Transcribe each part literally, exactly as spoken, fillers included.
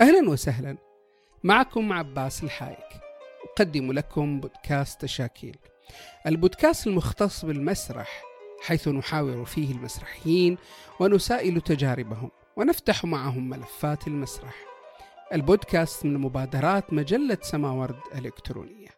أهلا وسهلا، معكم عباس الحايك، أقدم لكم بودكاست تشاكيل، البودكاست المختص بالمسرح، حيث نحاور فيه المسرحيين ونسائل تجاربهم ونفتح معهم ملفات المسرح. البودكاست من مبادرات مجلة سماورد الإلكترونية.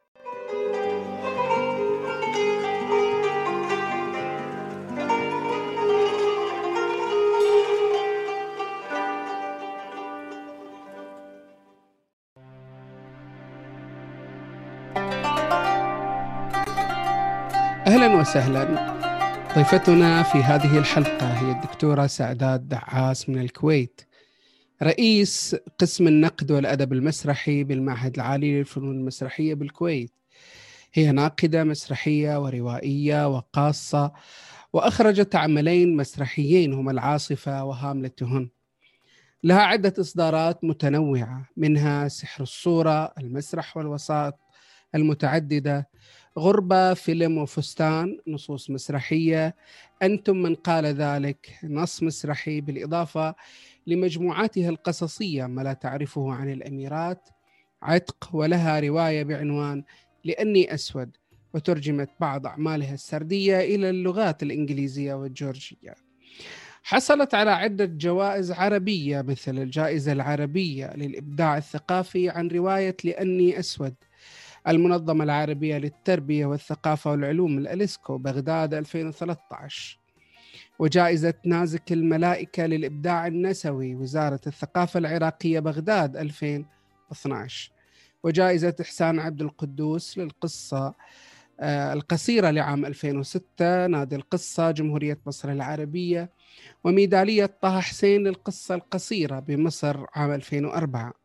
أهلا وسهلا. ضيفتنا في هذه الحلقة هي الدكتورة سعداد دعاس من الكويت، رئيس قسم النقد والأدب المسرحي بالمعهد العالي للفنون المسرحية بالكويت. هي ناقدة مسرحية وروائية وقاصة، وأخرجت عملين مسرحيين هما العاصفة وهاملتهن. لها عدة إصدارات متنوعة، منها سحر الصورة، المسرح والوساط المتعددة، غربة، فيلم وفستان، نصوص مسرحية، أنتم من قال ذلك، نص مسرحي، بالإضافة لمجموعاتها القصصية ما لا تعرفه عن الأميرات، عتق، ولها رواية بعنوان لأني أسود، وترجمت بعض أعمالها السردية إلى اللغات الإنجليزية والجورجية. حصلت على عدة جوائز عربية، مثل الجائزة العربية للإبداع الثقافي عن رواية لأني أسود، المنظمة العربية للتربية والثقافة والعلوم الأليسكو بغداد ألفين وثلاثة عشر، وجائزة نازك الملائكة للإبداع النسوي وزارة الثقافة العراقية بغداد ألفين واثني عشر، وجائزة إحسان عبد القدوس للقصة آه القصيرة لعام ألفين وستة نادي القصة جمهورية مصر العربية، وميدالية طه حسين للقصة القصيرة بمصر عام ألفين وأربعة.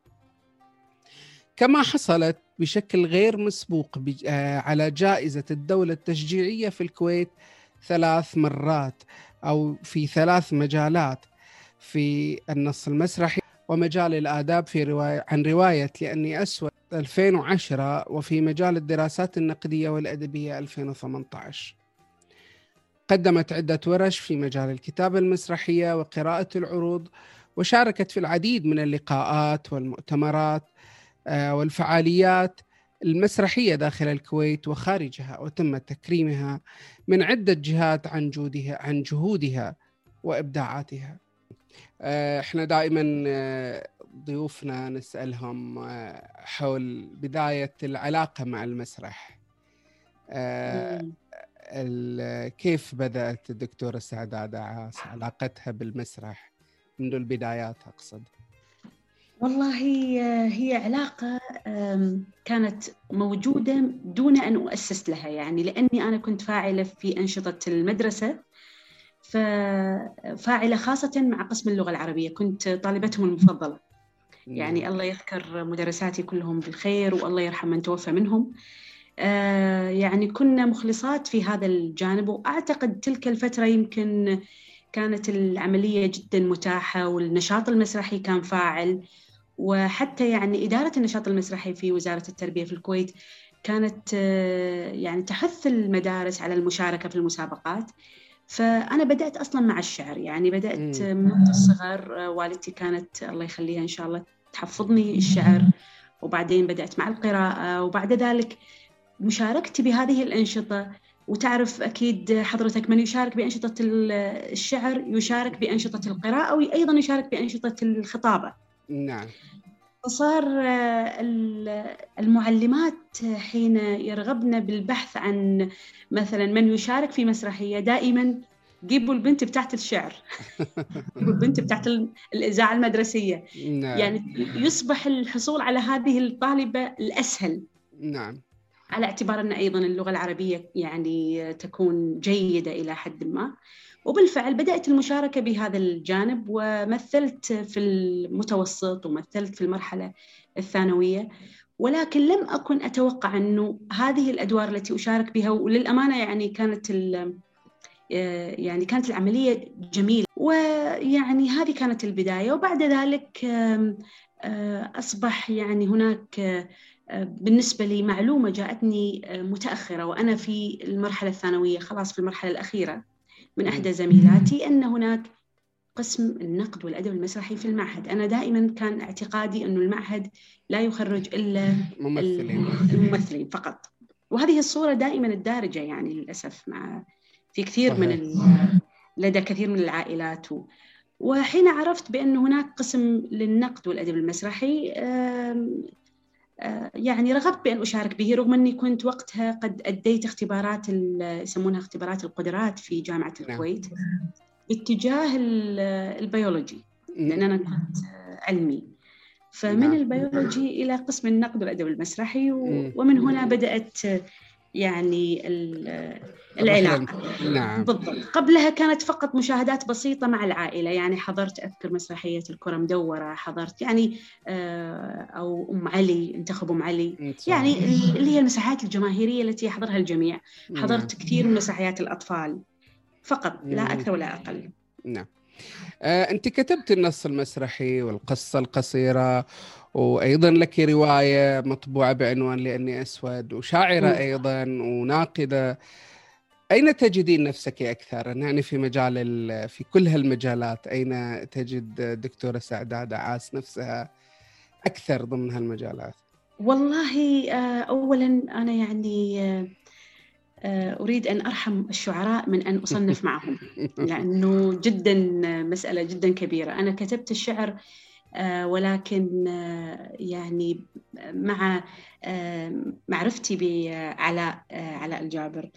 كما حصلت بشكل غير مسبوق على جائزة الدولة التشجيعية في الكويت ثلاث مرات، أو في ثلاث مجالات: في النص المسرحي، ومجال الآداب في رواية عن رواية لأني أسود ألفين وعشرة، وفي مجال الدراسات النقدية والأدبية ألفين وثمانية عشر. قدمت عدة ورش في مجال الكتابة المسرحية وقراءة العروض، وشاركت في العديد من اللقاءات والمؤتمرات والفعاليات المسرحية داخل الكويت وخارجها، وتم تكريمها من عدة جهات عن جودها عن جهودها وإبداعاتها. احنا دائما ضيوفنا نسألهم حول بداية العلاقة مع المسرح. كيف بدأت الدكتورة سعداد دعاس علاقتها بالمسرح منذ البدايات أقصد؟ والله هي علاقة كانت موجودة دون أن أؤسس لها، يعني لأني أنا كنت فاعلة في أنشطة المدرسة، ففاعلة خاصة مع قسم اللغة العربية، كنت طالبتهم المفضلة. يعني الله يذكر مدرساتي كلهم بالخير والله يرحم من توفى منهم. يعني كنا مخلصات في هذا الجانب، وأعتقد تلك الفترة يمكن كانت العملية جدا متاحة والنشاط المسرحي كان فاعل، وحتى يعني إدارة النشاط المسرحي في وزارة التربية في الكويت كانت يعني تحث المدارس على المشاركة في المسابقات. فأنا بدأت أصلا مع الشعر، يعني بدأت منذ الصغر. والدتي كانت الله يخليها إن شاء الله تحفظني الشعر، وبعدين بدأت مع القراءة، وبعد ذلك مشاركتي بهذه الأنشطة. وتعرف أكيد حضرتك من يشارك بأنشطة الشعر يشارك بأنشطة القراءة، وأيضا يشارك بأنشطة الخطابة. نعم. فصار المعلمات حين يرغبن بالبحث عن مثلا من يشارك في مسرحية دائما جيبوا البنت بتاعت الشعر جيبوا البنت بتاعت الإذاعة المدرسية. نعم. يعني يصبح الحصول على هذه الطالبة الأسهل. نعم. على اعتبار أن أيضا اللغة العربية يعني تكون جيدة إلى حد ما. وبالفعل بدأت المشاركة بهذا الجانب، ومثلت في المتوسط ومثلت في المرحلة الثانوية، ولكن لم أكن أتوقع أنه هذه الأدوار التي أشارك بها، وللأمانة يعني كانت يعني كانت العملية جميلة، ويعني هذه كانت البداية. وبعد ذلك أصبح يعني هناك بالنسبة لي معلومة جاءتني متأخرة وأنا في المرحلة الثانوية، خلاص في المرحلة الأخيرة، من إحدى زميلاتي أن هناك قسم النقد والأدب المسرحي في المعهد. أنا دائما كان اعتقادي أنه المعهد لا يخرج إلا ممثلين الممثلين فقط، وهذه الصورة دائما الدارجة يعني للأسف مع في كثير صحيح. من لدى كثير من العائلات. و... وحين عرفت بأن هناك قسم للنقد والأدب المسرحي يعني رغبت بأن أشارك به، رغم أني كنت وقتها قد أديت اختبارات يسمونها اختبارات القدرات في جامعة الكويت باتجاه البيولوجي، لأن أنا كنت علمي، فمن البيولوجي إلى قسم النقد والأدب المسرحي، ومن هنا بدأت يعني العلاقة. نعم. بالضبط. قبلها كانت فقط مشاهدات بسيطة مع العائلة، يعني حضرت أذكر مسرحية الكرة مدورة، حضرت يعني أو أم علي، انتخب أم علي، يعني اللي هي المسرحيات الجماهيرية التي يحضرها الجميع. حضرت كثير من مسرحيات الأطفال فقط، لا أكثر ولا أقل. نعم. آه، أنت كتبت النص المسرحي والقصة القصيرة، وأيضا لك رواية مطبوعة بعنوان لأني أسود، وشاعرة م. أيضا وناقدة. أين تجدين نفسك أكثر؟ يعني في مجال في كل هالمجالات، أين تجد دكتورة سعداد دعاس نفسها أكثر ضمن هالمجالات؟ والله أولا أنا يعني أريد أن أرحم الشعراء من أن أصنف معهم، لأنه جدا مسألة جدا كبيرة. أنا كتبت الشعر ولكن يعني مع معرفتي بعلاء علاء الجابر،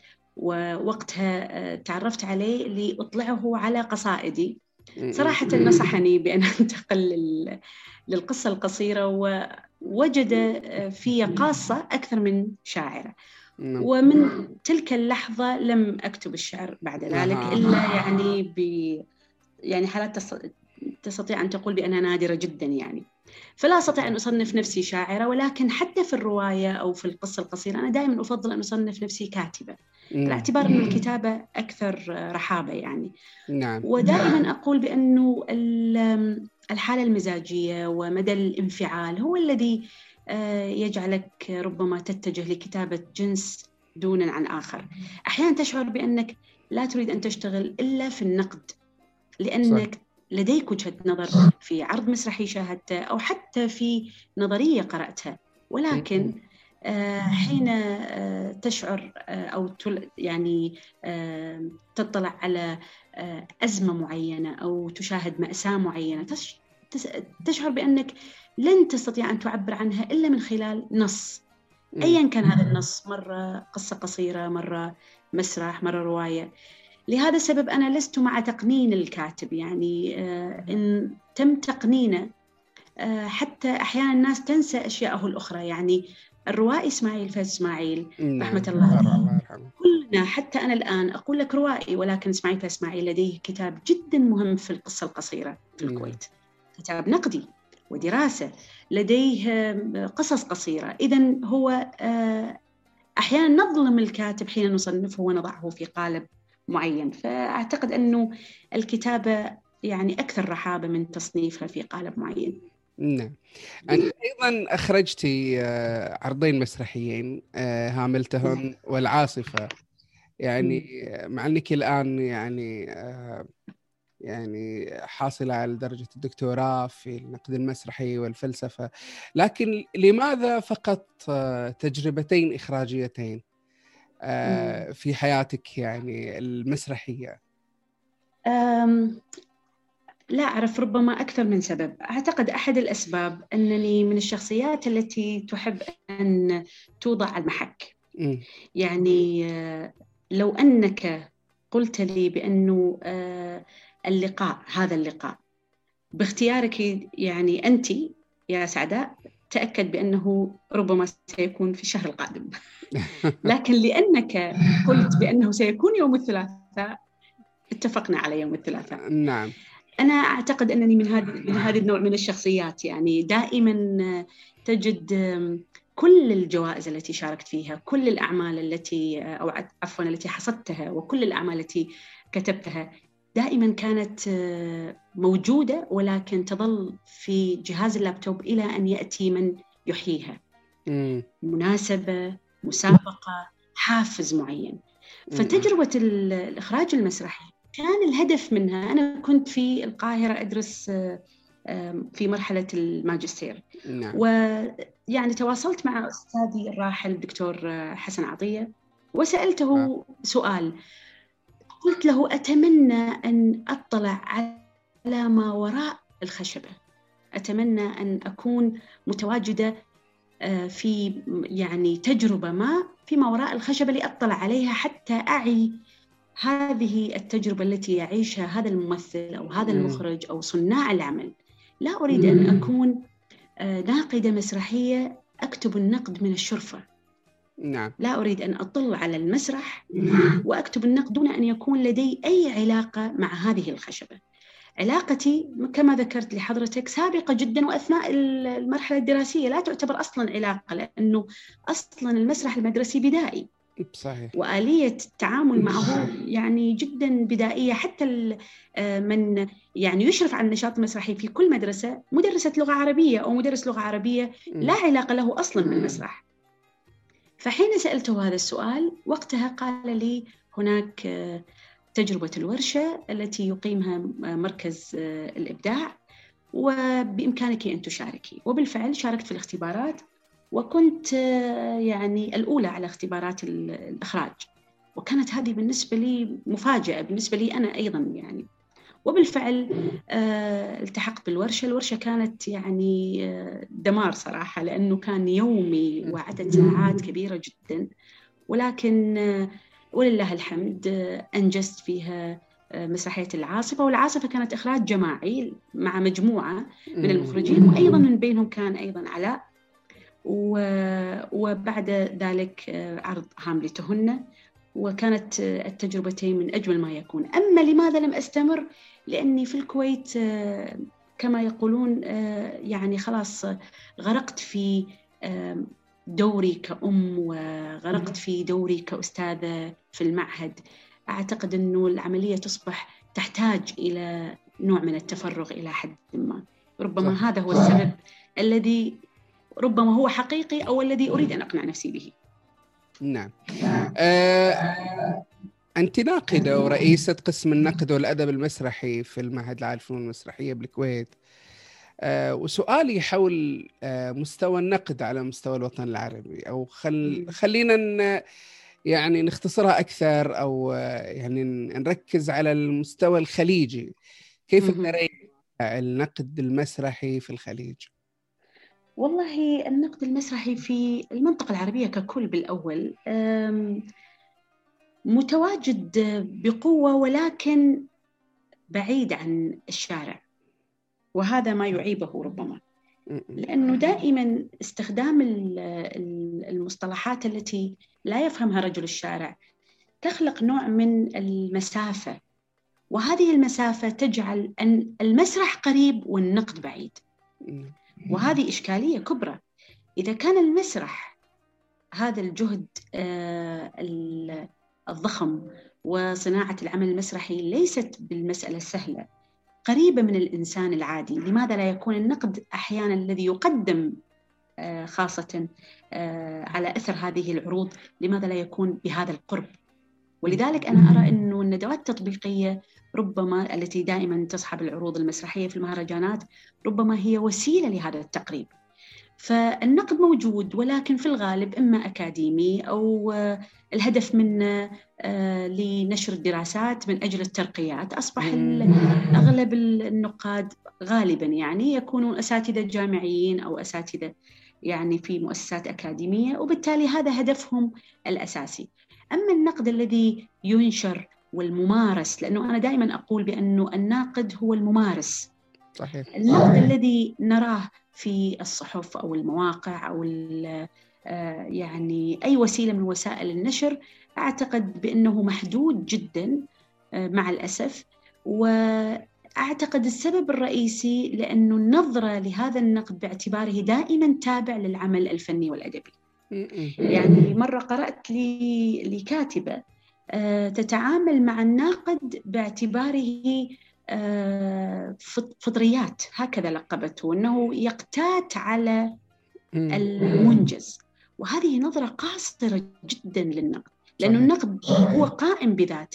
ووقتها تعرفت عليه لأطلعه على قصائدي. صراحة نصحني بأن أنتقل للقصة القصيرة، ووجد في قاصة أكثر من شاعرة، ومن تلك اللحظة لم أكتب الشعر بعد ذلك إلا يعني ب يعني حالات تستطيع أن تقول بأنها نادرة جدا يعني. فلا أستطيع أن أصنف نفسي شاعرة، ولكن حتى في الرواية أو في القصة القصيرة أنا دائما أفضل أن أصنف نفسي كاتبة، على اعتبار أن الكتابة أكثر رحابة يعني. نعم. ودائما أقول بأنه الحالة المزاجية ومدى الانفعال هو الذي يجعلك ربما تتجه لكتابة جنس دونا عن آخر. أحيانا تشعر بأنك لا تريد أن تشتغل إلا في النقد، لأنك صح. لديك وجهة نظر في عرض مسرحي شاهدته أو حتى في نظرية قرأتها، ولكن حين تشعر أو يعني تطلع على أزمة معينة أو تشاهد مأساة معينة، تشعر بأنك لن تستطيع أن تعبر عنها إلا من خلال نص، أيا كان هذا النص، مرة قصة قصيرة، مرة مسرح، مرة رواية. لهذا السبب أنا لست مع تقنين الكاتب، يعني إن تم تقنينه حتى أحيانا الناس تنسى أشياءه الأخرى. يعني الروائي إسماعيل فايز إسماعيل رحمة الله عليه، كلنا حتى أنا الآن أقول لك روائي، ولكن إسماعيل فايز إسماعيل لديه كتاب جدا مهم في القصة القصيرة في الكويت، كتاب نقدي ودراسة، لديه قصص قصيرة. إذن هو أحيانا نظلم الكاتب حين نصنفه ونضعه في قالب معين، فأعتقد أنه الكتابة يعني أكثر رحابة من تصنيفها في قالب معين. نعم. أنت أيضا أخرجتي عرضين مسرحيين، هاملتون والعاصفة، يعني مع أنك الآن يعني يعني حاصلة على درجة الدكتوراه في النقد المسرحي والفلسفة، لكن لماذا فقط تجربتين إخراجيتين في حياتك يعني المسرحية؟ لا أعرف، ربما أكثر من سبب. أعتقد أحد الأسباب أنني من الشخصيات التي تحب أن توضع على المحك. م. يعني لو أنك قلت لي بأنه اللقاء هذا اللقاء باختيارك يعني أنت يا سعداء، تأكد بأنه ربما سيكون في الشهر القادم. لكن لأنك قلت بأنه سيكون يوم الثلاثاء، اتفقنا على يوم الثلاثاء. نعم. أنا أعتقد أنني من هذا من هذا النوع من الشخصيات، يعني دائما تجد كل الجوائز التي شاركت فيها، كل الأعمال التي أو عفوا التي حصدتها، وكل الأعمال التي كتبتها دائما كانت موجودة، ولكن تظل في جهاز اللابتوب إلى أن يأتي من يحييها. م. مناسبة، مسابقة، حافز معين. فتجربة الإخراج المسرحي كان الهدف منها، أنا كنت في القاهرة أدرس في مرحلة الماجستير. نعم. ويعني تواصلت مع أستاذي الراحل الدكتور حسن عطية وسألته آه. سؤال، قلت له أتمنى أن أطلع على ما وراء الخشبة، أتمنى أن أكون متواجدة في يعني تجربة ما فيما وراء الخشبة لأطلع عليها حتى أعي هذه التجربة التي يعيشها هذا الممثل أو هذا المخرج أو صناع العمل. لا أريد أن أكون ناقدة مسرحية أكتب النقد من الشرفة. نعم. لا أريد أن أطل على المسرح وأكتب النقد دون أن يكون لدي أي علاقة مع هذه الخشبة. علاقتي كما ذكرت لحضرتك سابقة جدا وأثناء المرحلة الدراسية، لا تعتبر أصلا علاقة، لأنه أصلا المسرح المدرسي بدائي. صحيح. وآلية التعامل معه يعني جدا بدائية. حتى من يعني يشرف على النشاط المسرحي في كل مدرسة مدرسة لغة عربية أو مدرس لغة عربية لا علاقة له أصلا بالمسرح. فحين سألته هذا السؤال وقتها قال لي هناك تجربة الورشة التي يقيمها مركز الإبداع وبإمكانك أن تشاركي. وبالفعل شاركت في الاختبارات وكنت يعني الأولى على اختبارات الإخراج، وكانت هذه بالنسبة لي مفاجأة بالنسبة لي أنا أيضا يعني. وبالفعل التحقت بالورشة. الورشة كانت يعني دمار صراحة، لأنه كان يومي وعدد ساعات كبيرة جدا، ولكن ولله الحمد أنجزت فيها مسرحية العاصفة. والعاصفة كانت إخراج جماعي مع مجموعة من المخرجين، وأيضا من بينهم كان أيضا علاء. وبعد ذلك عرض هاملتهن، وكانت التجربتين من أجمل ما يكون. أما لماذا لم أستمر؟ لأني في الكويت كما يقولون يعني خلاص غرقت في دوري كأم وغرقت في دوري كأستاذة في المعهد. أعتقد أنه العملية تصبح تحتاج إلى نوع من التفرغ إلى حد ما. ربما صح. هذا هو السبب الذي ربما هو حقيقي أو الذي أريد أن أقنع نفسي به. نعم. أه أنت ناقدة ورئيسة قسم النقد والأدب المسرحي في المعهد العالي للفنون المسرحية بالكويت. أه وسؤالي حول أه مستوى النقد على مستوى الوطن العربي، أو خل خلينا يعني نختصرها أكثر، أو يعني نركز على المستوى الخليجي. كيف ترى النقد المسرحي في الخليج؟ والله النقد المسرحي في المنطقة العربية ككل بالأول متواجد بقوة، ولكن بعيد عن الشارع، وهذا ما يعيبه ربما، لأنه دائما استخدام المصطلحات التي لا يفهمها رجل الشارع تخلق نوع من المسافة، وهذه المسافة تجعل أن المسرح قريب والنقد بعيد، وهذه إشكالية كبرى. إذا كان المسرح هذا الجهد الضخم وصناعة العمل المسرحي ليست بالمسألة السهلة، قريبة من الإنسان العادي، لماذا لا يكون النقد أحيانا الذي يقدم خاصة على أثر هذه العروض لماذا لا يكون بهذا القرب؟ ولذلك أنا أرى أنه الندوات التطبيقية ربما التي دائما تصحب العروض المسرحية في المهرجانات ربما هي وسيلة لهذا التقريب. فالنقد موجود، ولكن في الغالب إما أكاديمي أو الهدف منه لنشر الدراسات من أجل الترقيات. أصبح أغلب النقاد غالبا يعني يكونون أساتذة جامعيين أو أساتذة يعني في مؤسسات أكاديمية، وبالتالي هذا هدفهم الأساسي. أما النقد الذي ينشر والممارس، لأنه أنا دائما أقول بأنه الناقد هو الممارس. صحيح. النقد الذي نراه في الصحف أو المواقع أو يعني أي وسيلة من وسائل النشر أعتقد بأنه محدود جدا مع الأسف. وأعتقد السبب الرئيسي لأنه النظرة لهذا النقد باعتباره دائما تابع للعمل الفني والأدبي. يعني مرة قرأت لي لكاتبة تتعامل مع الناقد باعتباره فطريات، هكذا لقبته، أنه يقتات على المنجز، وهذه نظرة قاصرة جدا للنقد، لأن النقد هو قائم بذاته،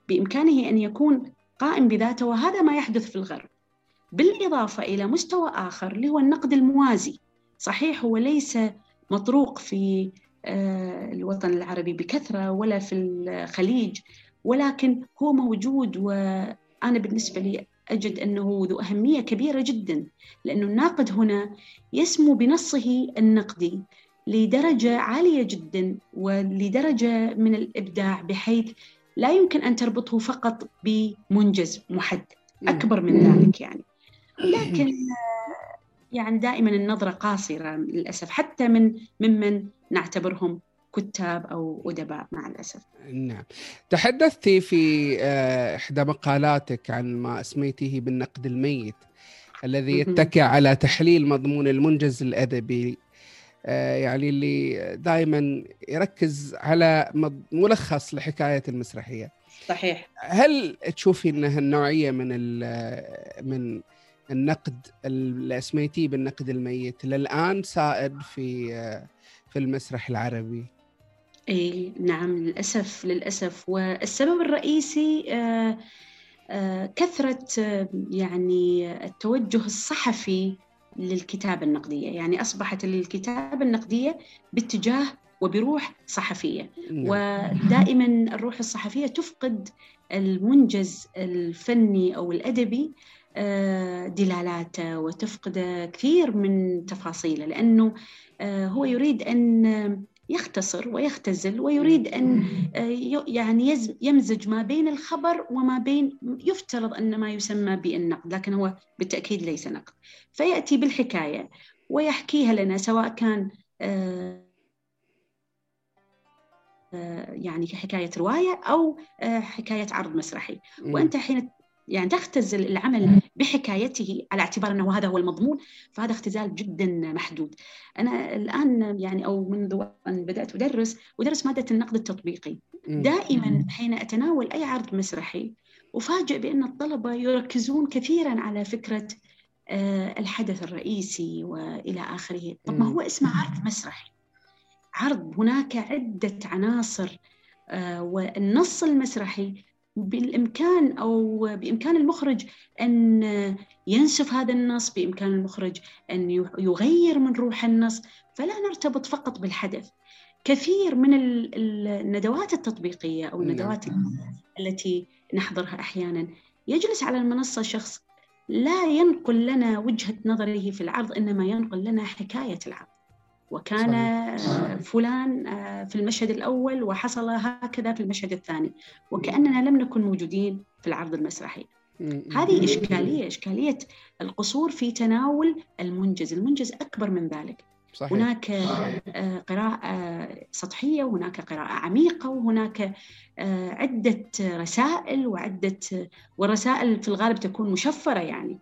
بإمكانه أن يكون قائم بذاته، وهذا ما يحدث في الغرب. بالإضافة إلى مستوى آخر اللي هو النقد الموازي. صحيح هو ليس مطروق في الوطن العربي بكثرة ولا في الخليج، ولكن هو موجود، وأنا بالنسبة لي أجد أنه ذو أهمية كبيرة جدا، لأن الناقد هنا يسمو بنصه النقدي لدرجة عالية جدا ولدرجة من الإبداع، بحيث لا يمكن أن تربطه فقط بمنجز محدد أكبر من ذلك يعني. لكن يعني دائما النظرة قاصرة للأسف، حتى من ممن نعتبرهم كتاب أو أدباء مع الأسف. نعم. تحدثتي في إحدى مقالاتك عن ما أسميته بالنقد الميت، الذي يتكئ على تحليل مضمون المنجز الأدبي، يعني اللي دائما يركز على ملخص لحكاية المسرحية. صحيح. هل تشوفي أنها النوعية من من النقد اللي اسميتيه بالنقد الميت للآن سائد في في المسرح العربي؟ اي نعم، للأسف للأسف. والسبب الرئيسي آآ آآ كثرة يعني التوجه الصحفي للكتابة النقدية. يعني أصبحت الكتابة النقدية باتجاه وبروح صحفية. نعم. ودائما الروح الصحفية تفقد المنجز الفني أو الأدبي دلالاته، وتفقد كثير من تفاصيله، لأنه هو يريد أن يختصر ويختزل، ويريد أن يعني يمزج ما بين الخبر وما بين يفترض أن ما يسمى بالنقد، لكن هو بالتأكيد ليس نقد. فيأتي بالحكاية ويحكيها لنا، سواء كان يعني حكاية رواية أو حكاية عرض مسرحي. وأنت حين يعني تختزل العمل بحكايته على اعتبار أنه هذا هو المضمون، فهذا اختزال جدا محدود. أنا الآن يعني أو منذ أن بدأت أدرس ودرس مادة النقد التطبيقي، دائما حين أتناول أي عرض مسرحي أفاجئ بأن الطلبة يركزون كثيرا على فكرة الحدث الرئيسي وإلى آخره. طب ما هو اسمه عرض مسرحي، عرض هناك عدة عناصر، والنص المسرحي بالإمكان أو بإمكان المخرج أن ينسف هذا النص، بإمكان المخرج أن يغير من روح النص، فلا نرتبط فقط بالحدث. كثير من الندوات التطبيقية أو الندوات التي نحضرها أحيانا يجلس على المنصة شخص لا ينقل لنا وجهة نظره في العرض، إنما ينقل لنا حكاية العرض، وكان صحيح. فلان في المشهد الأول وحصل هكذا في المشهد الثاني، وكأننا لم نكن موجودين في العرض المسرحي. هذه إشكالية إشكالية القصور في تناول المنجز. المنجز أكبر من ذلك. صحيح. هناك قراءة سطحية، وهناك قراءة عميقة، وهناك عدة رسائل وعدة والرسائل في الغالب تكون مشفرة. يعني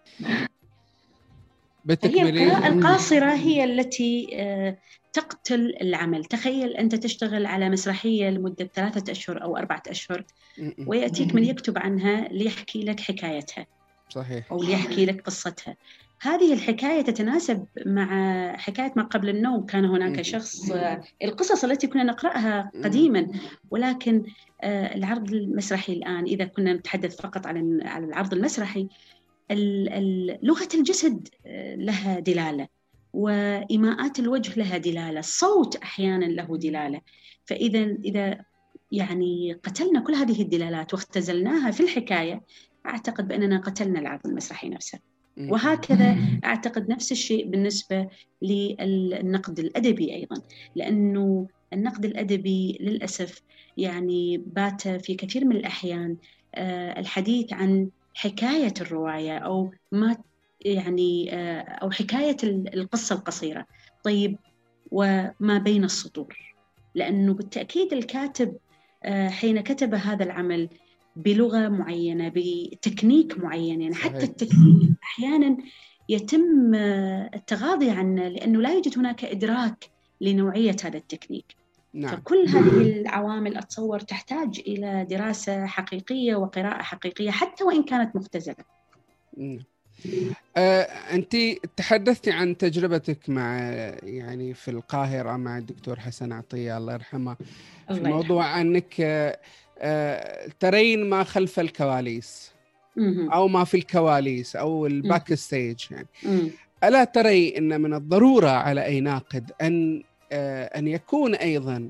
هي القراءة القاصرة هي التي تقتل العمل. تخيل أنت تشتغل على مسرحية لمدة ثلاثة أشهر أو أربعة أشهر، ويأتيك من يكتب عنها ليحكي لك حكايتها. صحيح. أو ليحكي لك قصتها. هذه الحكاية تتناسب مع حكاية ما قبل النوم. كان هناك شخص، القصص التي كنا نقرأها قديما، ولكن العرض المسرحي الآن إذا كنا نتحدث فقط على العرض المسرحي، لغة الجسد لها دلالة، وإيماءات الوجه لها دلالة، الصوت أحيانا له دلالة. فإذا إذا يعني قتلنا كل هذه الدلالات واختزلناها في الحكاية، أعتقد بأننا قتلنا العرض المسرحي نفسه. وهكذا أعتقد نفس الشيء بالنسبة للنقد الأدبي أيضا، لأنه النقد الأدبي للأسف يعني بات في كثير من الأحيان الحديث عن حكاية الرواية أو ما يعني أو حكاية القصة القصيرة. طيب وما بين السطور، لأنه بالتأكيد الكاتب حين كتب هذا العمل بلغة معينة بتكنيك معين، يعني حتى التكنيك أحيانا يتم التغاضي عنه لأنه لا يوجد هناك إدراك لنوعية هذا التكنيك. نعم. فكل هذه العوامل أتصور تحتاج إلى دراسة حقيقية وقراءة حقيقية حتى وإن كانت مختزلة. نعم. آه، أنت تحدثتي عن تجربتك مع يعني في القاهرة مع الدكتور حسن عطية الله يرحمه، في موضوع أنك آه ترين ما خلف الكواليس أو ما في الكواليس أو الباك ستيج يعني. ألا تري أن من الضرورة على أي ناقد أن أن يكون أيضا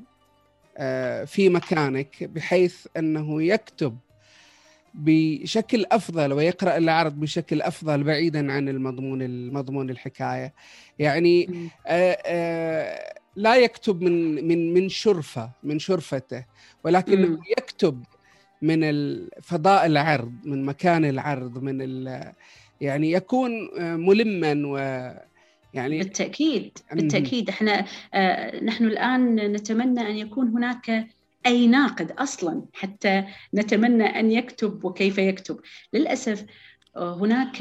في مكانك بحيث أنه يكتب بشكل أفضل ويقرأ العرض بشكل أفضل بعيدا عن المضمون المضمون الحكاية يعني آآ آآ لا يكتب من من من شرفة من شرفته ولكنه يكتب من فضاء العرض من مكان العرض من يعني يكون ملما و يعني بالتأكيد بالتأكيد احنا آه نحن الآن نتمنى أن يكون هناك أي ناقد أصلاً حتى نتمنى أن يكتب وكيف يكتب. للأسف هناك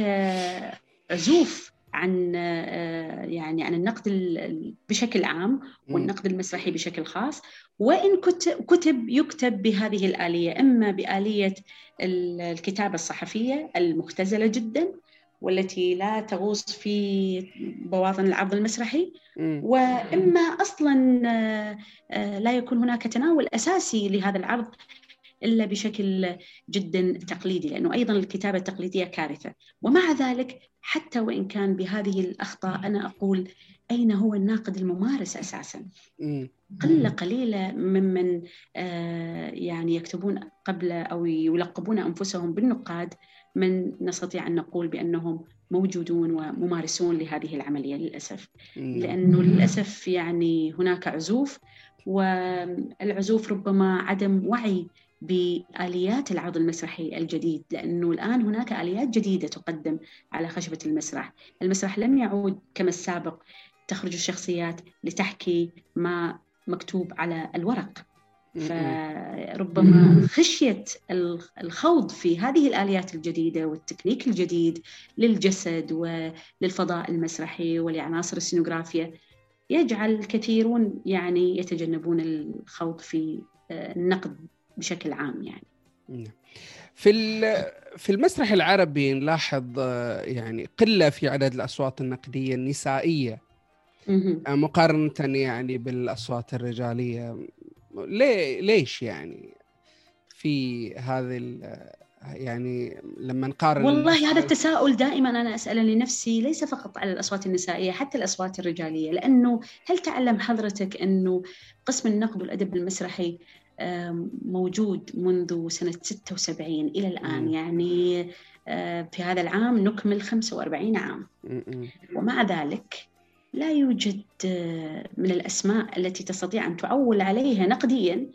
عزوف عن يعني عن النقد بشكل عام والنقد المسرحي بشكل خاص، وإن كتب يكتب بهذه الآلية، إما بآلية الكتابة الصحفية المختزلة جداً والتي لا تغوص في بواطن العرض المسرحي، وإما أصلاً لا يكون هناك تناول أساسي لهذا العرض إلا بشكل جداً تقليدي، لأنه أيضاً الكتابة التقليدية كارثة. ومع ذلك حتى وإن كان بهذه الأخطاء أنا أقول أين هو الناقد الممارس أساساً؟ قلة قليلة ممن يعني يكتبون قبل أو يلقبون أنفسهم بالنقاد من نستطيع أن نقول بأنهم موجودون وممارسون لهذه العملية للأسف. لأنه للأسف يعني هناك عزوف، والعزوف ربما عدم وعي بآليات العرض المسرحي الجديد، لأنه الآن هناك آليات جديدة تقدم على خشبة المسرح. المسرح لم يعود كما السابق تخرج الشخصيات لتحكي ما مكتوب على الورق، فربما خشية الخوض في هذه الآليات الجديدة والتكنيك الجديد للجسد وللفضاء المسرحي ولعناصر السينوغرافيا يجعل الكثيرون يعني يتجنبون الخوض في النقد بشكل عام. يعني في في المسرح العربي نلاحظ يعني قلة في عدد الأصوات النقدية النسائية مقارنة يعني بالأصوات الرجالية. ليه ليش يعني في هذه يعني لما نقارن؟ والله هذا التساؤل دائما أنا أسأله لنفسي، ليس فقط على الأصوات النسائية، حتى الأصوات الرجالية. لأنه هل تعلم حضرتك أنه قسم النقد والأدب المسرحي موجود منذ سنة ستة وسبعين إلى الآن؟ م. يعني في هذا العام نكمل خمسة وأربعين عام، م. ومع ذلك لا يوجد من الأسماء التي تستطيع أن تعول عليها نقدياً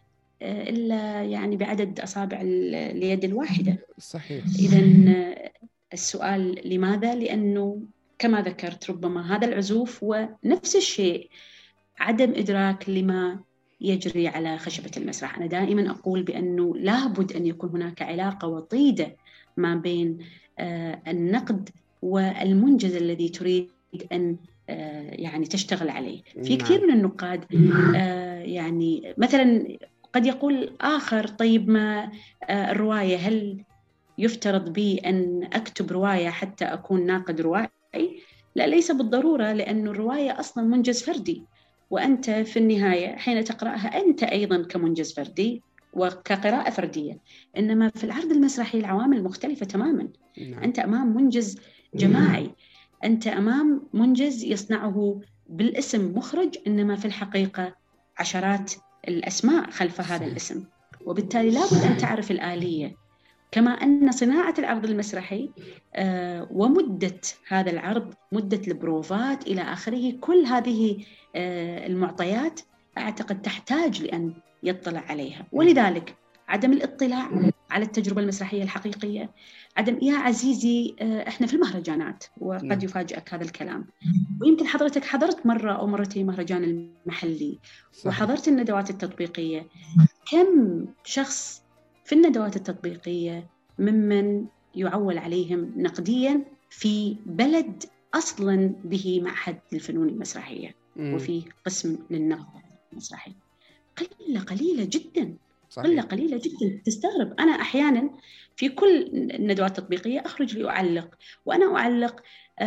إلا يعني بعدد أصابع اليد الواحدة. صحيح. إذن السؤال لماذا؟ لأنه كما ذكرت ربما هذا العزوف، ونفس الشيء عدم إدراك لما يجري على خشبة المسرح. أنا دائما أقول بأنه لابد أن يكون هناك علاقة وطيدة ما بين النقد والمنجز الذي تريد أن يعني تشتغل عليه. في كثير من النقاد يعني مثلا قد يقول آخر طيب ما الرواية، هل يفترض بي أن أكتب رواية حتى أكون ناقد روائي؟ لا، ليس بالضرورة، لأن الرواية أصلا منجز فردي، وأنت في النهاية حين تقرأها أنت أيضا كمنجز فردي وكقراءة فردية. إنما في العرض المسرحي العوامل مختلفة تماما. أنت أمام منجز جماعي، أنت أمام منجز يصنعه بالاسم مخرج، إنما في الحقيقة عشرات الأسماء خلف هذا الاسم، وبالتالي لابد أن تعرف الآلية. كما أن صناعة العرض المسرحي آه ومدة هذا العرض، مدة البروفات إلى آخره، كل هذه آه المعطيات أعتقد تحتاج لأن يطلع عليها. ولذلك عدم الاطلاع على التجربة المسرحية الحقيقية، عدم يا عزيزي آه إحنا في المهرجانات، وقد يفاجئك هذا الكلام، ويمكن حضرتك حضرت مرة أو مرتين مهرجان المحلي وحضرت الندوات التطبيقية. كم شخص في الندوات التطبيقية ممن يعول عليهم نقديا في بلد أصلا به معهد الفنون المسرحية وفي قسم للنقد المسرحي؟ قلة قليلة جدا. صحيح. قلة قليلة جدا. تستغرب. أنا أحيانا في كل الندوات التطبيقية أخرج لأعلق، وأنا أعلق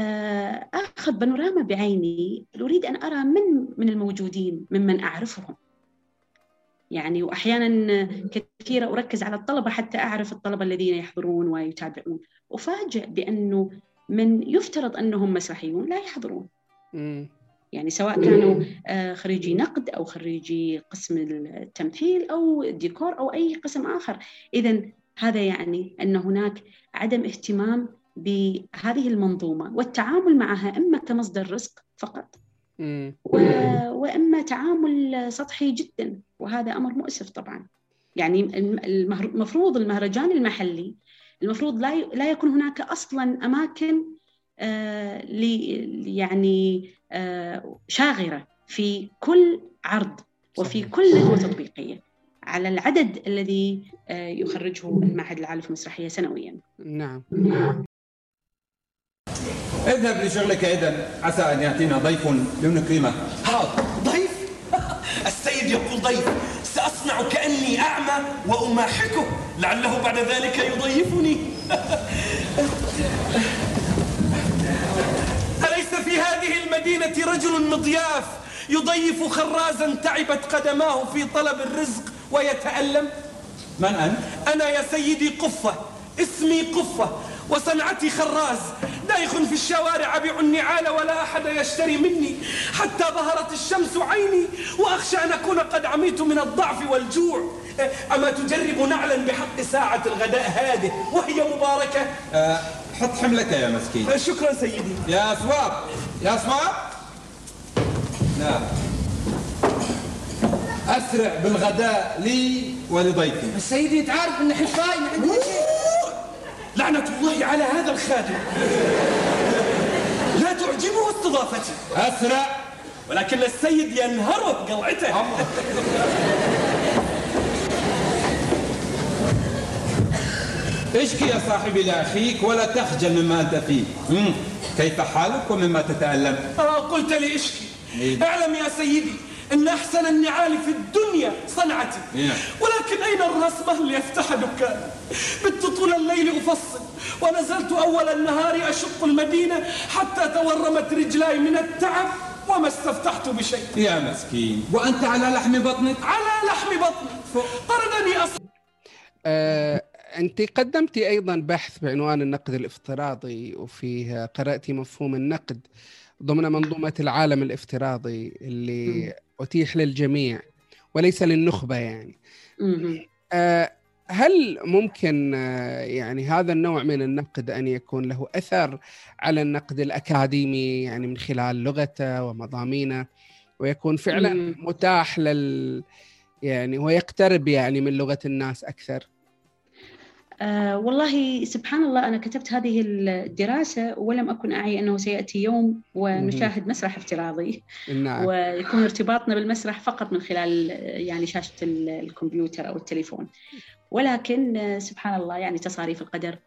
أخذ بانوراما بعيني، أريد أن أرى من من الموجودين ممن أعرفهم. يعني وأحيانا كثيرة أركز على الطلبة حتى أعرف الطلبة الذين يحضرون ويتابعون، أفاجأ بأنه من يفترض أنهم مسرحيون لا يحضرون. م. يعني سواء كانوا خريجي نقد أو خريجي قسم التمثيل أو الديكور أو أي قسم آخر. إذن هذا يعني أن هناك عدم اهتمام بهذه المنظومة والتعامل معها إما كمصدر رزق فقط م. وإما تعامل سطحي جدا، وهذا أمر مؤسف طبعا. يعني المفروض المهرجان المحلي المفروض لا لا يكون هناك أصلا أماكن آه يعني آه شاغرة في كل عرض وفي كل ندوة تطبيقية على العدد الذي آه يخرجه المعهد العالي في المسرحية سنويا. نعم. اذهب لشغلك إذن، عسى أن يأتينا ضيف لنكرمه. حاضر. ضيف؟ السيد يقول ضيف، سأصنع كأني أعمى وأماحكه لعله بعد ذلك يضيفني. أليس في هذه المدينة رجل مضياف يضيف خرازا تعبت قدماه في طلب الرزق ويتألم؟ من أنت؟ أنا يا سيدي قفة، اسمي قفة وصنعتي خراز، دايخ في الشوارع أبيع النعال ولا أحد يشتري مني، حتى ظهرت الشمس عيني وأخشى أن أكون قد عميت من الضعف والجوع. أما تجرب نعلا بحق ساعة الغداء هذه وهي مباركة؟ أه حط حملك يا مسكين. شكرا سيدي. يا سواب، يا سواب، نعم، أسرع بالغداء لي ولضيفي. سيدي تعرف أن حفاي ما عندنا شيء. لعنة الله على هذا الخادم، لا تعجبه استضافتي. أسرع. ولكن السيد ينهره قلعته. اشكي يا صاحبي لأخيك ولا تخجل مما أنت فيه. مم. كيف حالك ومما تتألم؟ آه قلت لي اشكي. إيه؟ اعلم يا سيدي إن أحسن النعال في الدنيا صنعتي. إيه؟ ولكن أين الرسمة ليفتح دكان؟ بت طول الليل أفصل، ونزلت أول النهار أشق المدينة حتى تورمت رجلاي من التعب وما استفتحت بشيء. يا مسكين، وأنت على لحم بطنك؟ على لحم بطني. طردني أصلا. أه أنت قدمتي أيضا بحث بعنوان النقد الافتراضي، وفيه قرأتي مفهوم النقد ضمن منظومة العالم الافتراضي اللي أتيح للجميع وليس للنخبة يعني. أه هل ممكن يعني هذا النوع من النقد أن يكون له أثر على النقد الأكاديمي، يعني من خلال لغته ومضامينه، ويكون فعلا متاح لل يعني ويقترب يعني من لغة الناس أكثر؟ آه والله سبحان الله، أنا كتبت هذه الدراسة ولم أكن أعي أنه سيأتي يوم ونشاهد مسرح افتراضي. نعم. ويكون ارتباطنا بالمسرح فقط من خلال يعني شاشة الكمبيوتر أو التليفون. ولكن سبحان الله يعني تصاريف القدر.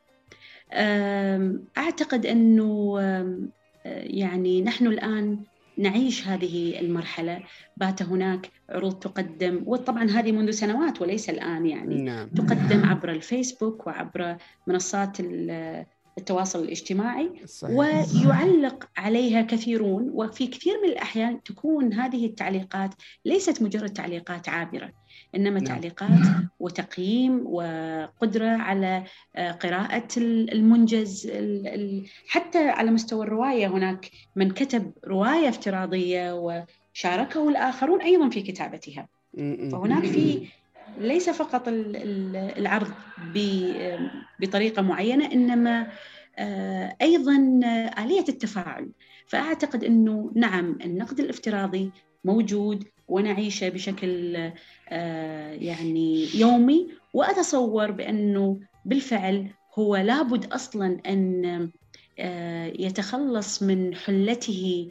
أعتقد أنه يعني نحن الآن نعيش هذه المرحلة. بات هناك عروض تقدم، وطبعا هذه منذ سنوات وليس الآن يعني. نعم. تقدم عبر الفيسبوك وعبر منصات التواصل الاجتماعي. صحيح. ويعلق عليها كثيرون، وفي كثير من الأحيان تكون هذه التعليقات ليست مجرد تعليقات عابرة، إنما نعم. تعليقات وتقييم وقدرة على قراءة المنجز. حتى على مستوى الرواية هناك من كتب رواية افتراضية وشاركه الآخرون أيضا في كتابتها. فهناك في ليس فقط العرض بطريقة معينة، إنما أيضا آلية التفاعل. فأعتقد أنه نعم النقد الافتراضي موجود ونعيشه بشكل يعني يومي، وأتصور بأنه بالفعل هو لابد أصلا أن يتخلص من حلته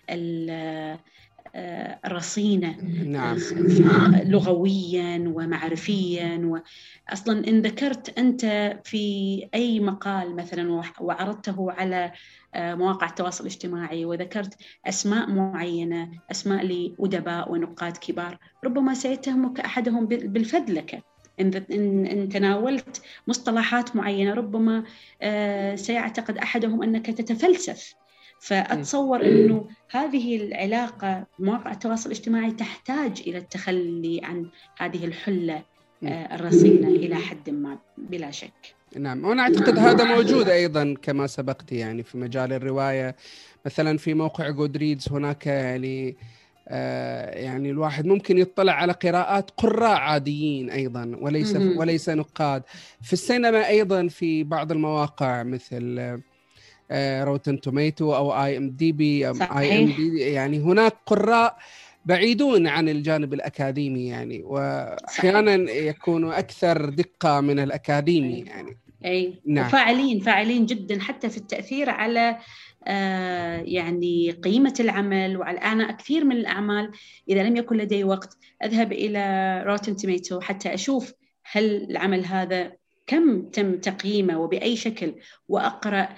الرصينة. نعم. لغويا ومعرفيا. وأصلا إن ذكرت أنت في أي مقال مثلا وعرضته على مواقع التواصل الاجتماعي وذكرت أسماء معينة، أسماء لأدباء ونقاد كبار، ربما سيتهمك أحدهم بالفذلكة. إن تناولت مصطلحات معينة ربما سيعتقد أحدهم أنك تتفلسف. فأتصور أنه هذه العلاقة بمواقع التواصل الاجتماعي تحتاج إلى التخلي عن هذه الحلة الرصينة إلى حد ما بلا شك. نعم، وأنا أعتقد هذا موجود أيضا كما سبقت يعني في مجال الرواية. مثلا في موقع جودريدز هناك يعني آه يعني الواحد ممكن يطلع على قراءات قراء عاديين أيضا وليس وليس نقاد. في السينما أيضا في بعض المواقع مثل آه روتن توميتو أو آي إم دي بي آي إم دي، يعني هناك قراء بعيدون عن الجانب الأكاديمي يعني، وأحيانا يكونوا أكثر دقة من الأكاديمي يعني. أي نعم. وفاعلين فاعلين جدا حتى في التأثير على آه يعني قيمة العمل. وعلى أنا كثير من الأعمال إذا لم يكن لدي وقت أذهب إلى روتن توميتو حتى أشوف هل العمل هذا كم تم تقييمه وبأي شكل، وأقرأ